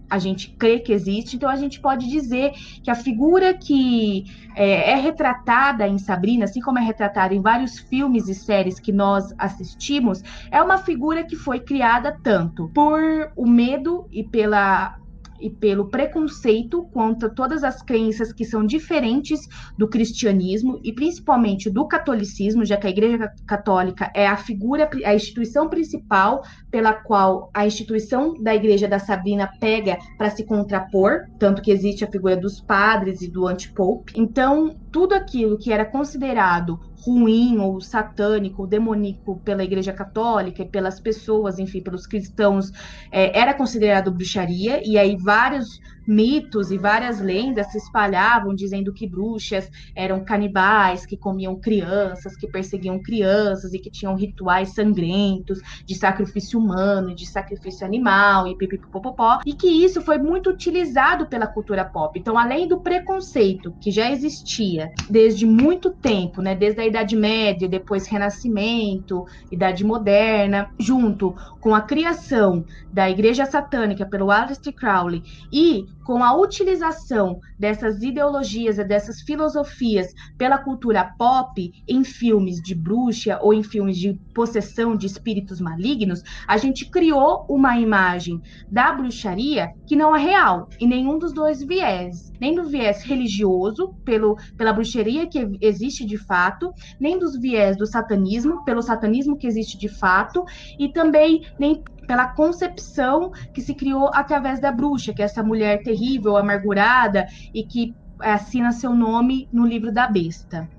a gente crê que existe, então a gente pode dizer que a figura que é, é retratada em Sabrina, assim como é retratada em vários filmes e séries que nós assistimos, é uma figura que foi criada tanto por o medo e pela e pelo preconceito contra todas as crenças que são diferentes do cristianismo e principalmente do catolicismo, já que a Igreja Católica é a figura, a instituição principal pela qual a instituição da Igreja da Sabrina pega para se contrapor, tanto que existe a figura dos padres e do antipope. Então, tudo aquilo que era considerado ruim ou satânico ou demoníaco pela Igreja Católica e pelas pessoas, enfim, pelos cristãos, é, era considerado bruxaria, e aí vários mitos e várias lendas se espalhavam dizendo que bruxas eram canibais, que comiam crianças, que perseguiam crianças e que tinham rituais sangrentos de sacrifício humano, de sacrifício animal e pipipopopó, e que isso foi muito utilizado pela cultura pop. Então, além do preconceito que já existia desde muito tempo, né, desde a Idade Média, depois Renascimento, Idade Moderna, junto com a criação da Igreja Satânica pelo Aleister Crowley e com a utilização dessas ideologias e dessas filosofias pela cultura pop em filmes de bruxa ou em filmes de possessão de espíritos malignos, a gente criou uma imagem da bruxaria que não é real em nenhum dos dois viés, nem do viés religioso, pelo, pela bruxaria que existe de fato, nem dos viés do satanismo, pelo satanismo que existe de fato, e também nem pela concepção que se criou através da bruxa, que é essa mulher terrível, amargurada, e que assina seu nome no livro da besta.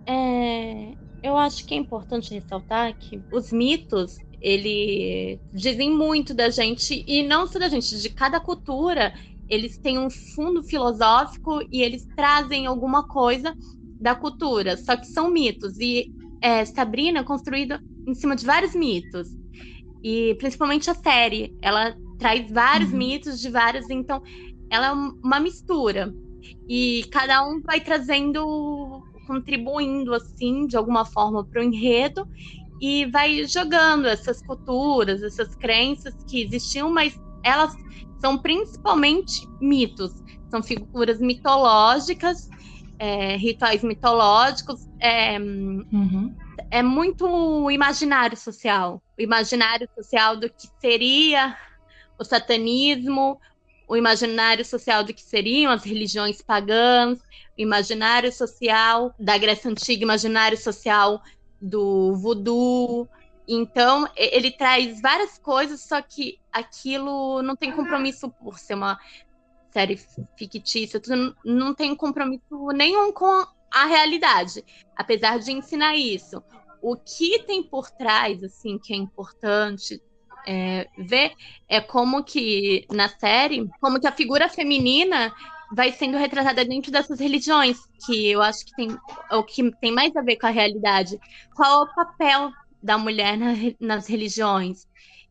É, eu acho que é importante ressaltar que os mitos, eles dizem muito da gente, e não só da gente, de cada cultura, eles têm um fundo filosófico e eles trazem alguma coisa da cultura, só que são mitos, e é, Sabrina é construída em cima de vários mitos. E principalmente a série, ela traz vários uhum. mitos de vários, então ela é uma mistura. E cada um vai trazendo, contribuindo assim, de alguma forma para o enredo, e vai jogando essas culturas, essas crenças que existiam, mas elas são principalmente mitos. São figuras mitológicas, é, rituais mitológicos, é, uhum. é muito imaginário social. O imaginário social do que seria o satanismo, o imaginário social do que seriam as religiões pagãs, o imaginário social da Grécia Antiga, imaginário social do voodoo. Então, ele traz várias coisas, só que aquilo não tem compromisso por ser uma série fictícia, não tem compromisso nenhum com a realidade, apesar de ensinar isso. O que tem por trás, assim, que é importante é, ver, é como que, na série, como que a figura feminina vai sendo retratada dentro dessas religiões, que eu acho que tem o que tem mais a ver com a realidade. Qual é o papel da mulher na, nas religiões?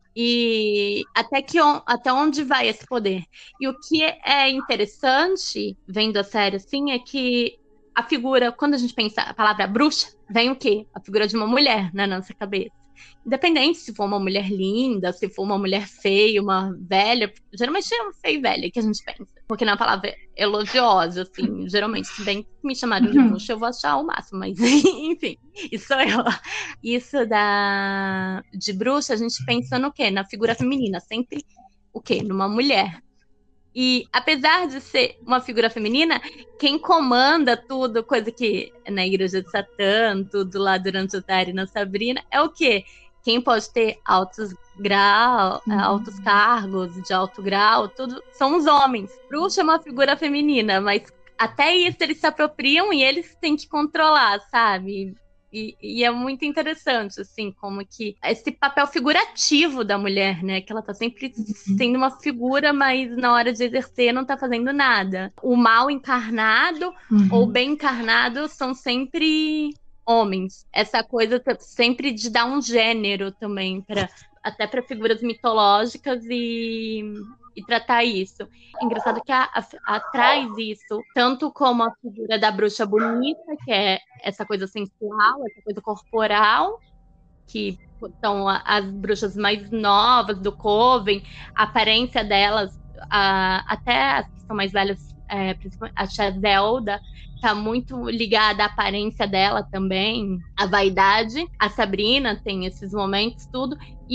E até, que, até onde vai esse poder? E o que é interessante, vendo a série assim, é que a figura, quando a gente pensa a palavra bruxa, vem o quê? A figura de uma mulher na nossa cabeça. Independente se for uma mulher linda, se for uma mulher feia, uma velha. Geralmente é uma feia e velha que a gente pensa. Porque não é uma palavra elogiosa, assim. Geralmente, se bem que me chamarem de bruxa, eu vou achar o máximo. Mas, enfim, isso sou eu. Isso da... de bruxa, a gente pensa no quê? Na figura feminina. Sempre o quê? Numa mulher. E, apesar de ser uma figura feminina, quem comanda tudo, coisa que na Igreja de Satã, tudo lá durante o Tari na Sabrina, é o quê? Quem pode ter altos grau, uhum. altos cargos de alto grau, tudo são os homens. Bruxa é uma figura feminina, mas até isso eles se apropriam e eles têm que controlar, sabe? E, e é muito interessante, assim, como que esse papel figurativo da mulher, né? Que ela tá sempre uhum. sendo uma figura, mas na hora de exercer não tá fazendo nada. O mal encarnado uhum. ou bem encarnado são sempre homens. Essa coisa sempre de dar um gênero também, pra, até para figuras mitológicas e... e tratar isso. É engraçado que a, a, atrás isso, tanto como a figura da bruxa bonita, que é essa coisa sensual, essa coisa corporal, que são as bruxas mais novas do Coven, a aparência delas a, até as que são mais velhas, é, principalmente a tia Zelda, tá muito ligada à aparência dela também, à vaidade. A Sabrina tem esses momentos, tudo.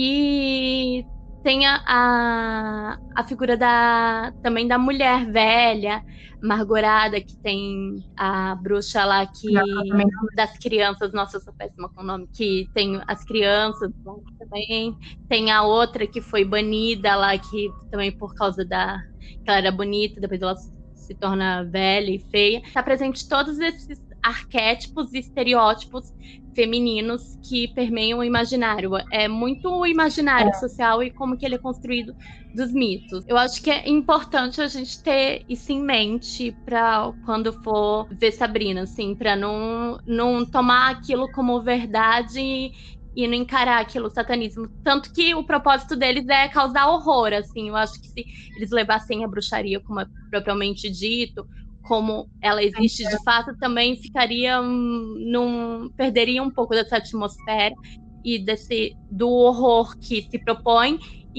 E tem a, a, a figura da, também da mulher velha, amargurada, que tem a bruxa lá que das crianças, nossa, eu sou péssima com o nome, que tem as crianças lá também. Tem a outra que foi banida lá, que também por causa da... que ela era bonita, depois ela se torna velha e feia. Está presente todos esses arquétipos e estereótipos femininos que permeiam o imaginário. É muito o imaginário é. social e como que ele é construído dos mitos. Eu acho que é importante a gente ter isso em mente para quando for ver Sabrina, assim, para não, não tomar aquilo como verdade e, e não encarar aquilo satanismo. Tanto que o propósito deles é causar horror, assim. Eu acho que se eles levassem a bruxaria, como é propriamente dito, como ela existe de fato, também ficariam, num, perderia um pouco dessa atmosfera e desse, do horror que se propõe,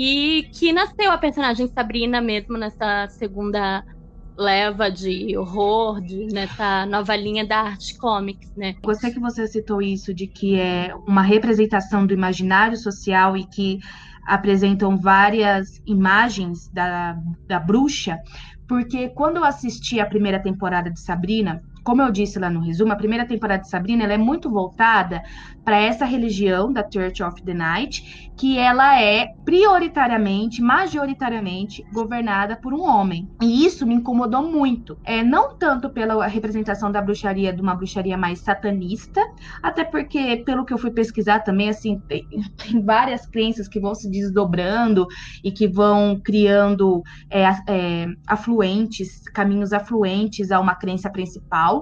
e que nasceu a personagem Sabrina mesmo nessa segunda leva de horror, de, nessa nova linha da arte comics, né? Gostei que você citou isso, de que é uma representação do imaginário social e que apresentam várias imagens da, da bruxa, porque quando eu assisti a primeira temporada de Sabrina, como eu disse lá no resumo, a primeira temporada de Sabrina ela é muito voltada para essa religião da Church of the Night, que ela é prioritariamente, majoritariamente governada por um homem. E isso me incomodou muito. É, não tanto pela representação da bruxaria, de uma bruxaria mais satanista, até porque, pelo que eu fui pesquisar também, assim, tem, tem várias crenças que vão se desdobrando e que vão criando é, é, afluentes, caminhos afluentes a uma crença principal,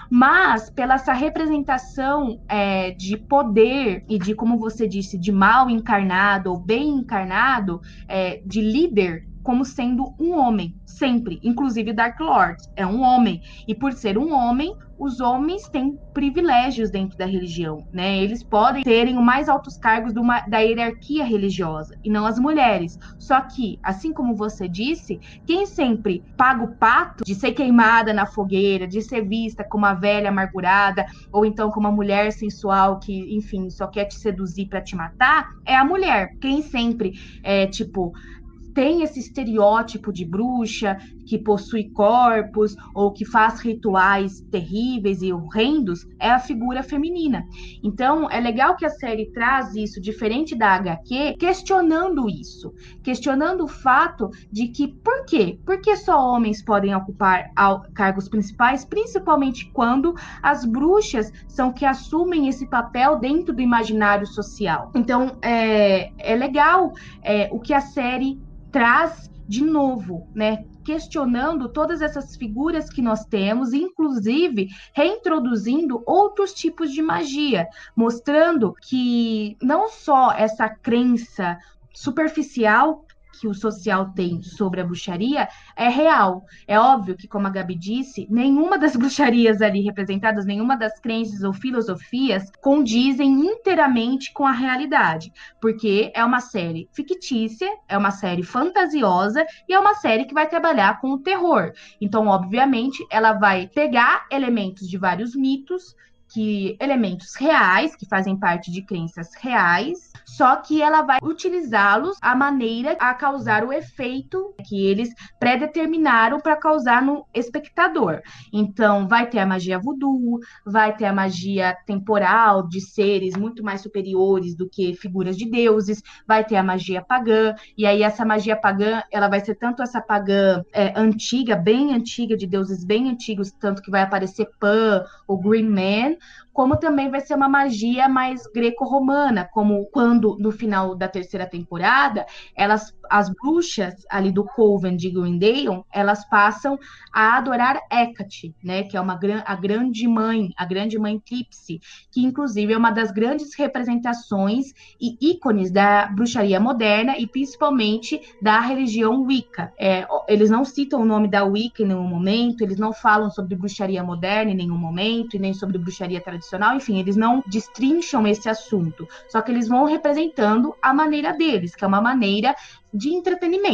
mas pela essa representação é, de poder e de, como você disse, de mal encarnado ou bem encarnado, é, de líder, como sendo um homem, sempre. Inclusive Dark Lord é um homem. E por ser um homem, os homens têm privilégios dentro da religião, né? Eles podem terem os mais altos cargos de uma, da hierarquia religiosa, e não as mulheres. Só que, assim como você disse, quem sempre paga o pato de ser queimada na fogueira, de ser vista como uma velha amargurada, ou então como uma mulher sensual que, enfim, só quer te seduzir para te matar, é a mulher. Quem sempre é, tipo... tem esse estereótipo de bruxa que possui corpos ou que faz rituais terríveis e horrendos, é a figura feminina. Então, é legal que a série traz isso, diferente da agá quê, questionando isso, questionando o fato de que, por quê? Por que só homens podem ocupar cargos principais, principalmente quando as bruxas são que assumem esse papel dentro do imaginário social. Então, é, é legal é, o que a série traz de novo, né? Questionando todas essas figuras que nós temos, inclusive reintroduzindo outros tipos de magia, mostrando que não só essa crença superficial que o social tem sobre a bruxaria é real. É óbvio que, como a Gabi disse, nenhuma das bruxarias ali representadas, nenhuma das crenças ou filosofias condizem inteiramente com a realidade, porque é uma série fictícia, é uma série fantasiosa e é uma série que vai trabalhar com o terror. Então, obviamente, ela vai pegar elementos de vários mitos, que elementos reais, que fazem parte de crenças reais, só que ela vai utilizá-los a maneira a causar o efeito que eles predeterminaram para causar no espectador. Então, vai ter a magia voodoo, vai ter a magia temporal de seres muito mais superiores do que figuras de deuses, vai ter a magia pagã, e aí essa magia pagã, ela vai ser tanto essa pagã é, antiga, bem antiga, de deuses bem antigos, tanto que vai aparecer Pan, o Green Man, como também vai ser uma magia mais greco-romana, como quando, no final da terceira temporada, elas, as bruxas ali do Coven de Greendale, elas passam a adorar Hecate, né, que é uma, a grande mãe, a grande mãe Eclipse, que inclusive é uma das grandes representações e ícones da bruxaria moderna e principalmente da religião Wicca. É, eles não citam o nome da Wicca em nenhum momento, eles não falam sobre bruxaria moderna em nenhum momento, e nem sobre bruxaria tradicional, enfim, eles não destrincham esse assunto, só que eles vão representando a maneira deles, que é uma maneira de entretenimento.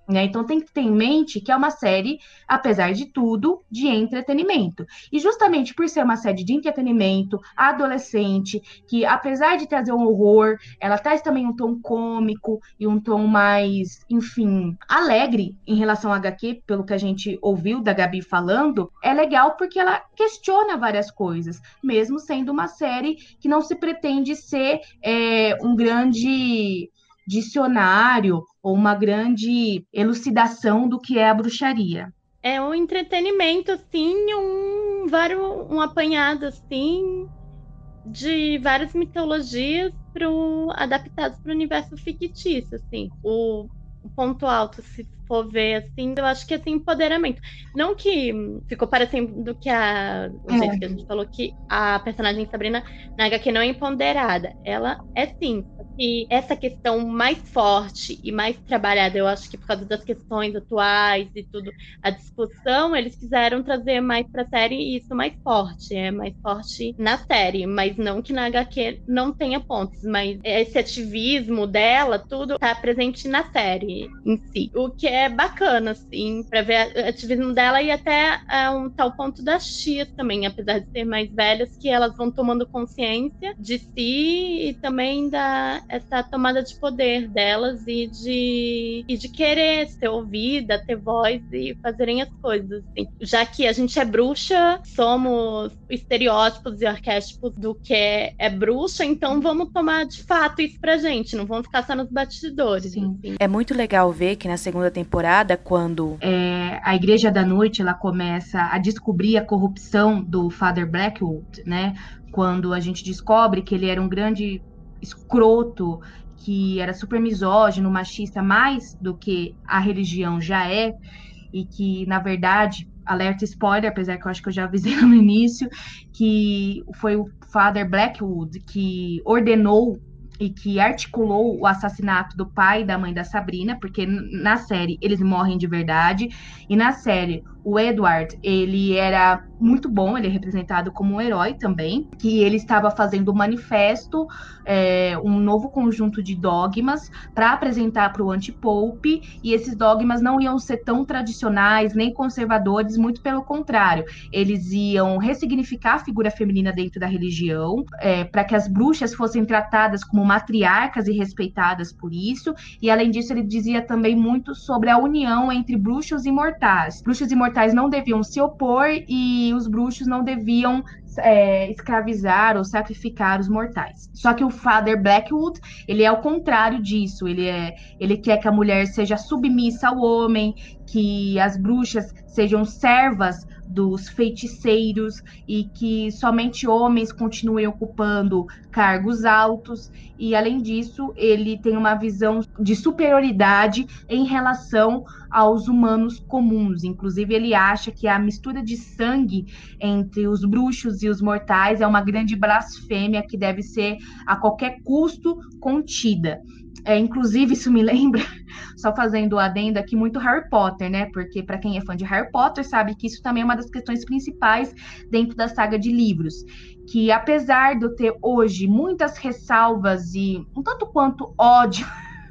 né? Então tem que ter em mente que é uma série, apesar de tudo, de entretenimento. E justamente por ser uma série de entretenimento, adolescente, que apesar de trazer um horror, ela traz também um tom cômico e um tom mais, enfim, alegre em relação à agá quê, pelo que a gente ouviu da Gabi falando, é legal porque ela questiona várias coisas, mesmo sendo uma série que não se pretende ser é, um grande dicionário ou uma grande elucidação do que é a bruxaria. É um entretenimento, assim, um, vários, um apanhado, assim, de várias mitologias pro, adaptadas para o universo fictício, assim. O, o ponto alto, se for ver, assim, eu acho que é assim, empoderamento. Não que ficou parecendo que a... O É. jeito que a gente falou que a personagem Sabrina na agá quê não é empoderada. Ela é sim. E essa questão mais forte e mais trabalhada, eu acho que por causa das questões atuais e tudo, a discussão, eles quiseram trazer mais pra série isso mais forte, é mais forte na série, mas não que na agá quê não tenha pontos, mas esse ativismo dela, tudo tá presente na série em si, o que é bacana, assim, pra ver o ativismo dela e até é, um tal ponto das tias também, apesar de ser mais velhas, que elas vão tomando consciência de si e também da essa tomada de poder delas e de, e de querer ser ouvida, ter voz e fazerem as coisas. Assim. Já que a gente é bruxa, somos estereótipos e arquétipos do que é, é bruxa, então vamos tomar de fato isso pra gente, não vamos ficar só nos bastidores. Sim. Assim. É muito legal ver que na segunda temporada, quando É, a Igreja da Noite ela começa a descobrir a corrupção do Father Blackwood, né? Quando a gente descobre que ele era um grande escroto, que era super misógino, machista, mais do que a religião já é, e que, na verdade, alerta spoiler, apesar que eu acho que eu já avisei no início, que foi o Father Blackwood que ordenou e que articulou o assassinato do pai e da mãe da Sabrina, porque na série eles morrem de verdade, e na série o Edward, ele era muito bom, ele é representado como um herói também, que ele estava fazendo um manifesto, é, um novo conjunto de dogmas para apresentar para o anti-pope, e esses dogmas não iam ser tão tradicionais, nem conservadores, muito pelo contrário, eles iam ressignificar a figura feminina dentro da religião, é, para que as bruxas fossem tratadas como matriarcas e respeitadas por isso, e além disso ele dizia também muito sobre a união entre bruxos e mortais. Bruxos e mortais não deviam se opor e os bruxos não deviam é, escravizar ou sacrificar os mortais. Só que o Father Blackwood, ele é o contrário disso, ele, é, ele quer que a mulher seja submissa ao homem, que as bruxas sejam servas dos feiticeiros e que somente homens continuem ocupando cargos altos, e além disso ele tem uma visão de superioridade em relação aos humanos comuns, inclusive ele acha que a mistura de sangue entre os bruxos e os mortais é uma grande blasfêmia que deve ser a qualquer custo contida. É, inclusive, isso me lembra, só fazendo o adendo aqui, muito Harry Potter, né? Porque para quem é fã de Harry Potter sabe que isso também é uma das questões principais dentro da saga de livros. Que apesar de eu ter hoje muitas ressalvas e um tanto quanto ódio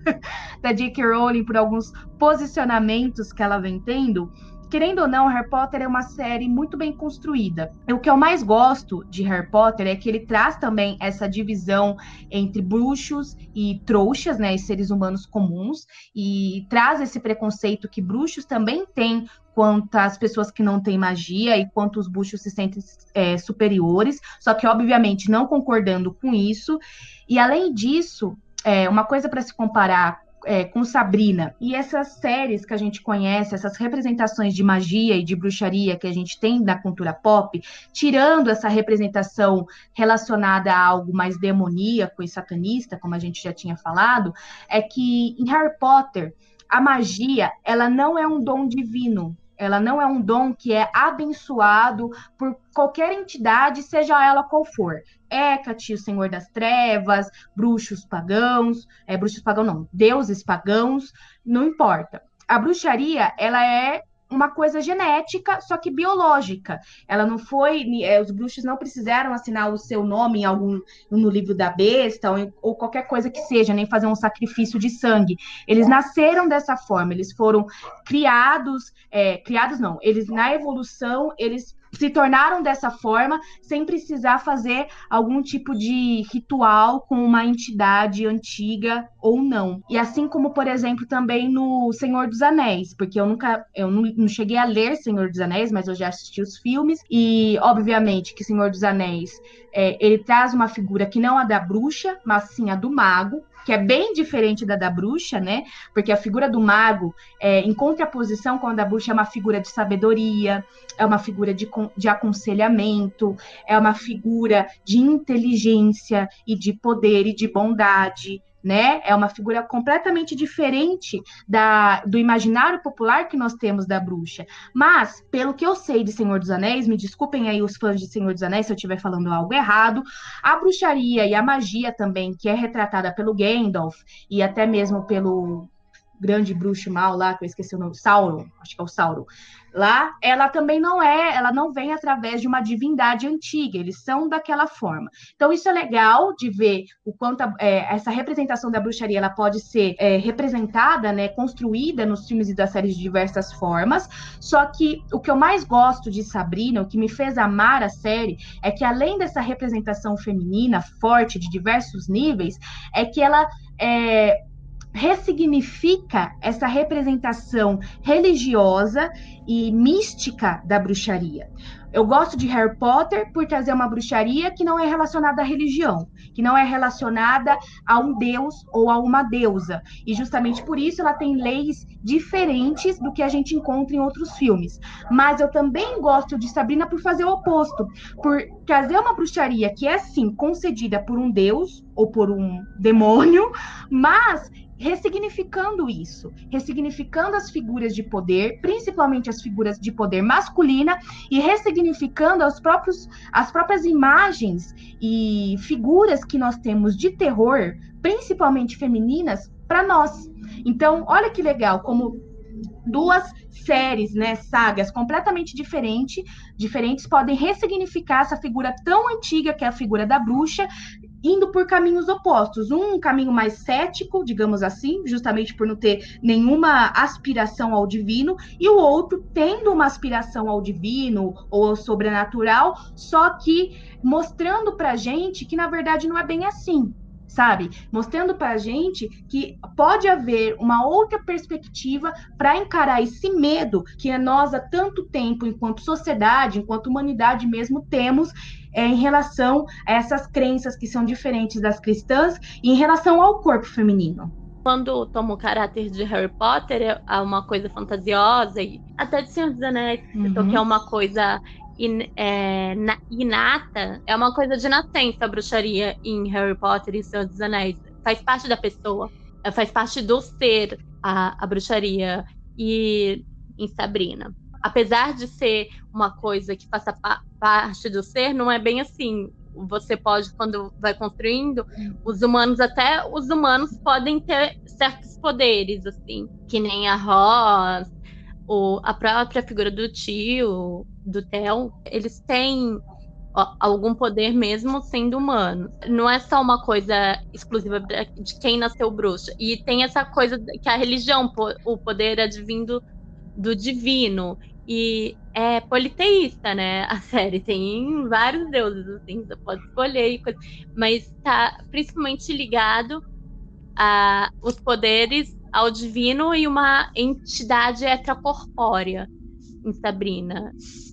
da J K. Rowling por alguns posicionamentos que ela vem tendo, querendo ou não, Harry Potter é uma série muito bem construída. E o que eu mais gosto de Harry Potter é que ele traz também essa divisão entre bruxos e trouxas, né, e seres humanos comuns, e traz esse preconceito que bruxos também têm quanto às pessoas que não têm magia e quanto os bruxos se sentem é, superiores, só que, obviamente, não concordando com isso. E, além disso, é, uma coisa para se comparar É, com Sabrina, e essas séries que a gente conhece, essas representações de magia e de bruxaria que a gente tem na cultura pop, tirando essa representação relacionada a algo mais demoníaco e satanista, como a gente já tinha falado, é que em Harry Potter, a magia, ela não é um dom divino, ela não é um dom que é abençoado por qualquer entidade, seja ela qual for. Hecate, o Senhor das Trevas, bruxos pagãos, é, bruxos pagãos não, deuses pagãos, não importa. A bruxaria, ela é uma coisa genética, só que biológica. Ela não foi, é, os bruxos não precisaram assinar o seu nome em algum no livro da besta ou, ou qualquer coisa que seja, nem fazer um sacrifício de sangue. Eles nasceram dessa forma, eles foram criados, é, criados não, eles na evolução, eles se tornaram dessa forma, sem precisar fazer algum tipo de ritual com uma entidade antiga ou não. E assim como, por exemplo, também no Senhor dos Anéis, porque eu nunca, eu não, não cheguei a ler Senhor dos Anéis, mas eu já assisti os filmes, e obviamente que Senhor dos Anéis, é, ele traz uma figura que não é a da bruxa, mas sim a do mago, que é bem diferente da da bruxa, né? Porque a figura do mago, é, em contraposição com a da bruxa, é uma figura de sabedoria, é uma figura de, de aconselhamento, é uma figura de inteligência e de poder e de bondade, né? É uma figura completamente diferente da, do imaginário popular que nós temos da bruxa. Mas, pelo que eu sei de Senhor dos Anéis, me desculpem aí os fãs de Senhor dos Anéis se eu estiver falando algo errado, a bruxaria e a magia também, que é retratada pelo Gandalf e até mesmo pelo grande bruxo mal lá, que eu esqueci o nome, Sauron, acho que é o Sauron. Lá, ela também não é, ela não vem através de uma divindade antiga, eles são daquela forma. Então, isso é legal de ver o quanto a, é, essa representação da bruxaria ela pode ser é, representada, né, construída nos filmes e das séries de diversas formas. Só que o que eu mais gosto de Sabrina, o que me fez amar a série, é que além dessa representação feminina forte de diversos níveis, é que ela é, ressignifica essa representação religiosa e mística da bruxaria. Eu gosto de Harry Potter por trazer uma bruxaria que não é relacionada à religião, que não é relacionada a um deus ou a uma deusa. E justamente por isso ela tem leis diferentes do que a gente encontra em outros filmes. Mas eu também gosto de Sabrina por fazer o oposto, por trazer uma bruxaria que é, sim, concedida por um deus ou por um demônio, mas ressignificando isso, ressignificando as figuras de poder, principalmente as figuras de poder masculina, e ressignificando os próprios, as próprias imagens e figuras que nós temos de terror, principalmente femininas, para nós. Então, olha que legal, como duas séries, né, sagas completamente diferente, diferentes podem ressignificar essa figura tão antiga que é a figura da bruxa, indo por caminhos opostos. Um caminho mais cético, digamos assim, justamente por não ter nenhuma aspiração ao divino, e o outro tendo uma aspiração ao divino ou ao sobrenatural, só que mostrando pra gente que, na verdade, não é bem assim, sabe? Mostrando pra gente que pode haver uma outra perspectiva para encarar esse medo que nós há tanto tempo, enquanto sociedade, enquanto humanidade mesmo, temos é, em relação a essas crenças que são diferentes das cristãs e em relação ao corpo feminino. Quando toma o caráter de Harry Potter, é uma coisa fantasiosa, e até de Senhor dos Anéis, uhum. que é uma coisa in, é, na, inata, é uma coisa de nascença a bruxaria em Harry Potter e Senhor dos Anéis. Faz parte da pessoa, faz parte do ser a, a bruxaria. E em Sabrina, apesar de ser uma coisa que faça pa- parte do ser, não é bem assim. Você pode, quando vai construindo, os humanos, até os humanos podem ter certos poderes, assim, que nem a Roz, ou a própria figura do tio, do Theo, eles têm ó, algum poder mesmo sendo humanos. Não é só uma coisa exclusiva de quem nasceu bruxa. E tem essa coisa que a religião, o poder advindo do divino. E é politeísta, né? A série tem vários deuses, assim, você pode escolher, e coisa, mas tá principalmente ligado a os poderes ao divino e uma entidade extracorpórea em Sabrina.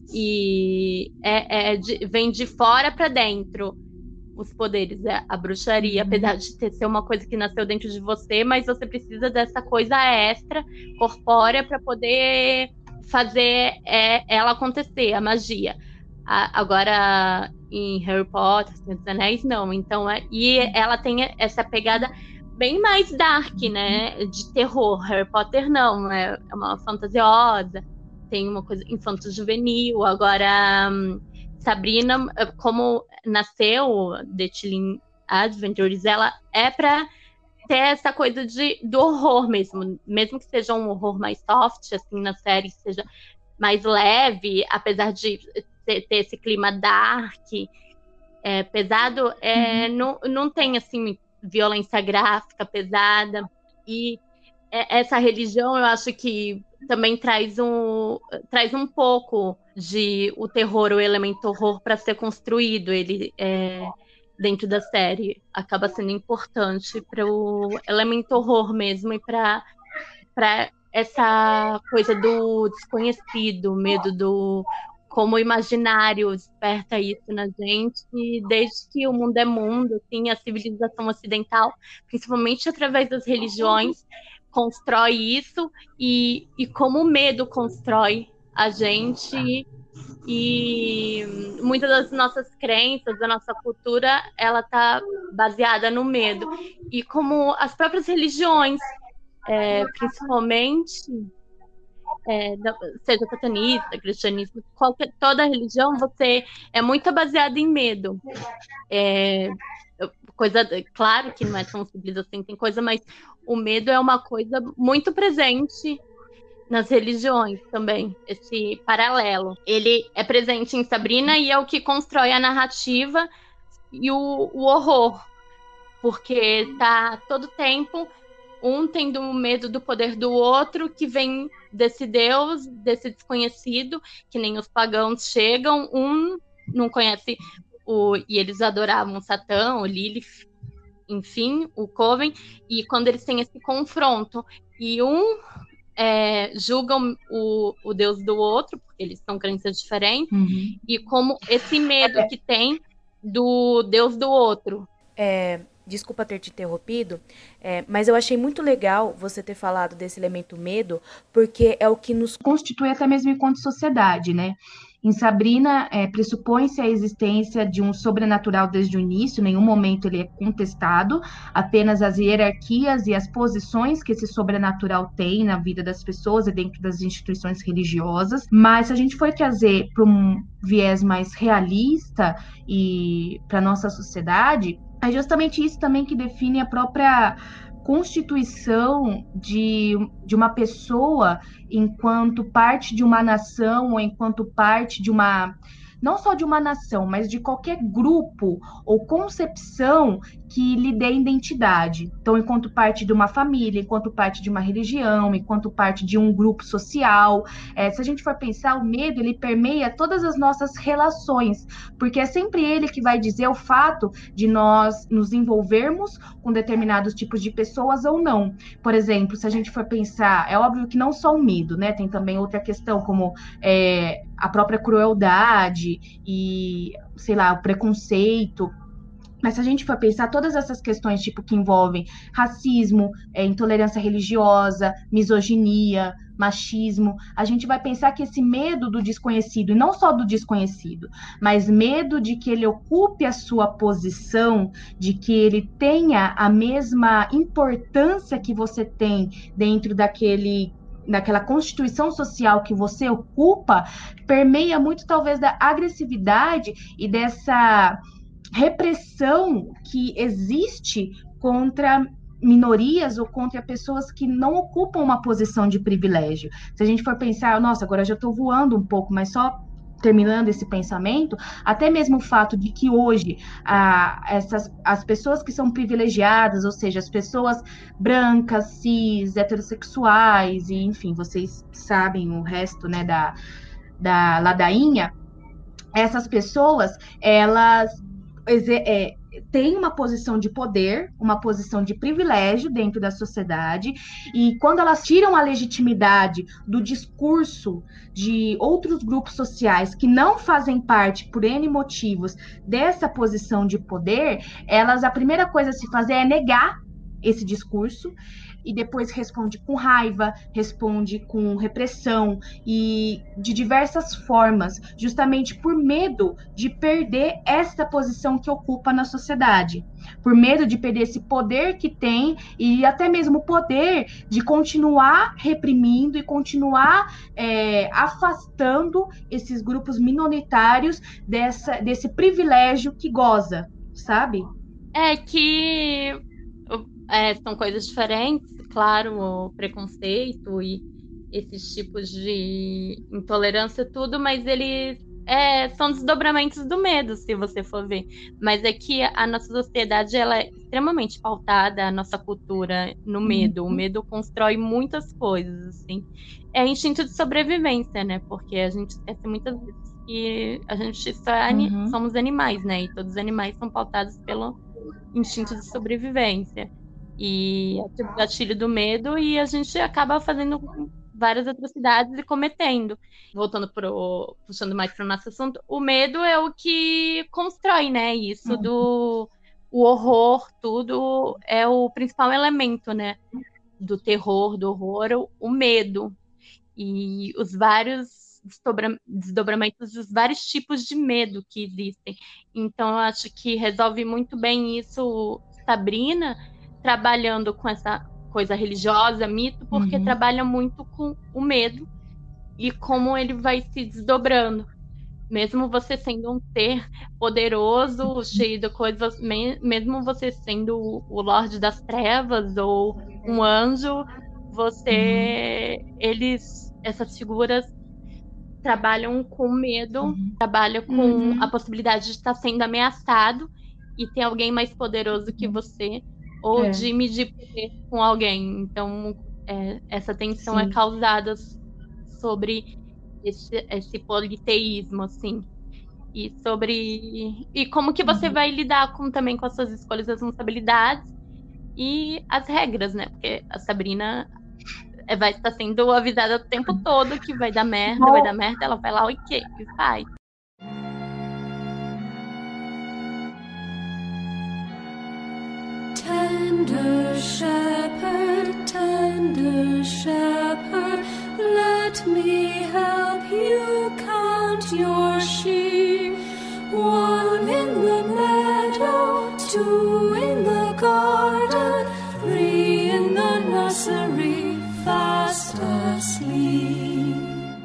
E é, é de, vem de fora para dentro os poderes, é a bruxaria, apesar de ter, ser uma coisa que nasceu dentro de você, mas você precisa dessa coisa extra corpórea para poder fazer é, ela acontecer, a magia. A, agora, em Harry Potter, Senhor dos Anéis, não. Então, é, e ela tem essa pegada bem mais dark, né? De terror. Harry Potter, não. É, é uma fantasiosa, tem uma coisa infanto-juvenil. Agora, um, Sabrina, como nasceu The Chilling Adventures, ela é para ter essa coisa de, do horror mesmo, mesmo que seja um horror mais soft, assim, na série, seja mais leve, apesar de ter, ter esse clima dark, é, pesado, é, uhum. não, não tem, assim, violência gráfica pesada, e essa religião, eu acho que também traz um, traz um pouco de o terror, o elemento horror para ser construído, ele é, dentro da série acaba sendo importante para o elemento horror mesmo e para essa coisa do desconhecido, medo do como o imaginário desperta isso na gente, e desde que o mundo é mundo, assim, a civilização ocidental, principalmente através das religiões, constrói isso, e, e como o medo constrói a gente, e muitas das nossas crenças, da nossa cultura, ela está baseada no medo. E como as próprias religiões, é, principalmente, é, seja satanista, cristianismo, qualquer, toda religião, você é muito baseada em medo. É, coisa, claro que não é tão simples assim, tem coisa, mas o medo é uma coisa muito presente nas religiões também, esse paralelo. Ele é presente em Sabrina e é o que constrói a narrativa e o, o horror, porque tá todo tempo um tendo medo do poder do outro, que vem desse Deus, desse desconhecido, que nem os pagãos chegam, um não conhece o, e eles adoravam Satã, o Lilith, enfim, o Coven, e quando eles têm esse confronto, e um é, julgam o, o Deus do outro, porque eles são crenças diferentes, uhum. e como esse medo que tem do Deus do outro. É, desculpa ter te interrompido, é, mas eu achei muito legal você ter falado desse elemento medo, porque é o que nos constitui até mesmo enquanto sociedade, né? Em Sabrina, é, pressupõe-se a existência de um sobrenatural desde o início, em nenhum momento ele é contestado, apenas as hierarquias e as posições que esse sobrenatural tem na vida das pessoas e dentro das instituições religiosas. Mas se a gente for trazer para um viés mais realista e para a nossa sociedade, é justamente isso também que define a própria constituição de, de uma pessoa enquanto parte de uma nação ou enquanto parte de uma, não só de uma nação, mas de qualquer grupo ou concepção que lhe dê identidade. Então, enquanto parte de uma família, enquanto parte de uma religião, enquanto parte de um grupo social. É, se a gente for pensar, o medo, ele permeia todas as nossas relações, porque é sempre ele que vai dizer o fato de nós nos envolvermos com determinados tipos de pessoas ou não. Por exemplo, se a gente for pensar, é óbvio que não só o medo, né? Tem também outra questão, como é, a própria crueldade e, sei lá, o preconceito. Mas se a gente for pensar, todas essas questões tipo, que envolvem racismo, é, intolerância religiosa, misoginia, machismo, a gente vai pensar que esse medo do desconhecido, e não só do desconhecido, mas medo de que ele ocupe a sua posição, de que ele tenha a mesma importância que você tem dentro daquele daquela constituição social que você ocupa, permeia muito talvez da agressividade e dessa repressão que existe contra minorias ou contra pessoas que não ocupam uma posição de privilégio. Se a gente for pensar, nossa, agora já estou voando um pouco, mas só terminando esse pensamento, até mesmo o fato de que hoje ah, essas, as pessoas que são privilegiadas, ou seja, as pessoas brancas, cis, heterossexuais, e enfim, vocês sabem o resto, né, da, da ladainha, essas pessoas, elas É, tem uma posição de poder, uma posição de privilégio dentro da sociedade, e quando elas tiram a legitimidade do discurso de outros grupos sociais que não fazem parte, por N motivos, dessa posição de poder, elas, a primeira coisa a se fazer é negar esse discurso, e depois responde com raiva, responde com repressão e de diversas formas, justamente por medo de perder essa posição que ocupa na sociedade, por medo de perder esse poder que tem e até mesmo o poder de continuar reprimindo e continuar é, afastando esses grupos minoritários dessa, desse privilégio que goza, sabe? É que é, são coisas diferentes, claro, o preconceito e esses tipos de intolerância, tudo, mas eles é, são desdobramentos do medo, se você for ver. Mas é que a nossa sociedade ela é extremamente pautada, a nossa cultura, no medo. O medo constrói muitas coisas, assim. É instinto de sobrevivência, né? Porque a gente esquece muitas vezes que a gente só é ani- Uhum. somos animais, né? E todos os animais são pautados pelo instinto de sobrevivência. E ativa o gatilho do medo e a gente acaba fazendo várias atrocidades e cometendo. Voltando pro, puxando mais para o nosso assunto, o medo é o que constrói, né? Isso do o horror, tudo é o principal elemento, né? Do terror, do horror, o, o medo. E os vários desdobra- desdobramentos dos vários tipos de medo que existem. Então, eu acho que resolve muito bem isso Sabrina, trabalhando com essa coisa religiosa, mito, porque Uhum. trabalha muito com o medo e como ele vai se desdobrando. Mesmo você sendo um ser poderoso, cheio de coisas, me- mesmo você sendo o o Lorde das Trevas ou um anjo, você, eles, essas figuras trabalham com medo, trabalham com Uhum. a possibilidade de estar sendo ameaçado e tem alguém mais poderoso que você, ou É. de medir poder com alguém. Então, é, essa tensão é Sim. causada sobre esse, esse politeísmo, assim. E sobre. E como que você vai lidar com, também com as suas escolhas e responsabilidades e as regras, né? Porque a Sabrina é, vai estar sendo avisada o tempo todo que vai dar merda, vai dar merda, ela vai lá e que e faz. Tender shepherd, tender shepherd, let me help you count your sheep. One in the meadow, two in the garden, three in the nursery, fast asleep.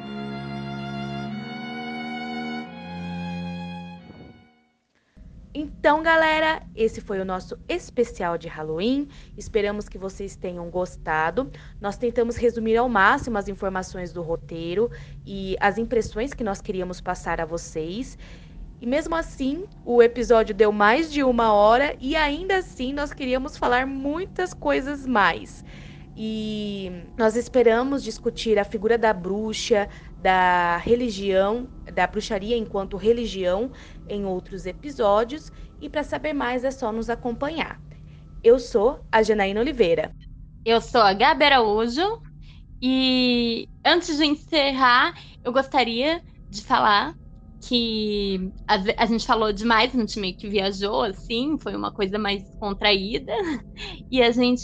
Então, galera, esse foi o nosso especial de Halloween. Esperamos que vocês tenham gostado. Nós tentamos resumir ao máximo as informações do roteiro e as impressões que nós queríamos passar a vocês. E mesmo assim, o episódio deu mais de uma hora e ainda assim nós queríamos falar muitas coisas mais. E nós esperamos discutir a figura da bruxa, da religião, da bruxaria enquanto religião em outros episódios. E para saber mais é só nos acompanhar. Eu sou a Janaína Oliveira. Eu sou a Gabi Araújo e antes de encerrar, eu gostaria de falar que a, a gente falou demais, a gente meio que viajou, assim, foi uma coisa mais contraída. E a gente,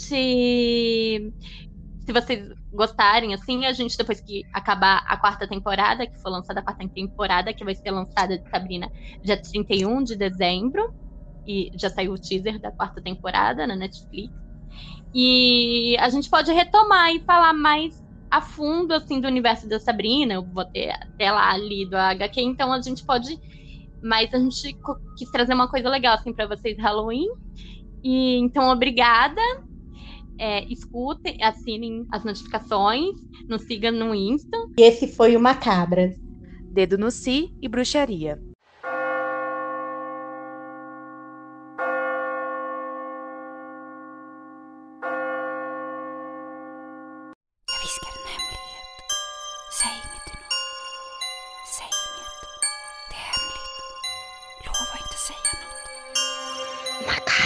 se vocês gostarem, assim, a gente, depois que acabar a quarta temporada, que foi lançada a quarta temporada, que vai ser lançada de Sabrina dia trinta e um de dezembro, e já saiu o teaser da quarta temporada na Netflix. E a gente pode retomar e falar mais a fundo, assim, do universo da Sabrina. Eu vou ter até lá lido a H Q, então a gente pode... Mas a gente quis trazer uma coisa legal, assim, para vocês, Halloween. E, então, obrigada. É, escutem, assinem as notificações, nos sigam no Insta. E esse foi o Macabras. Dedo no Si e bruxaria. Jag viskar en hemlighet. Säg inte något. Säg inget. Det är hemligt. Lova inte säga något. Macabra.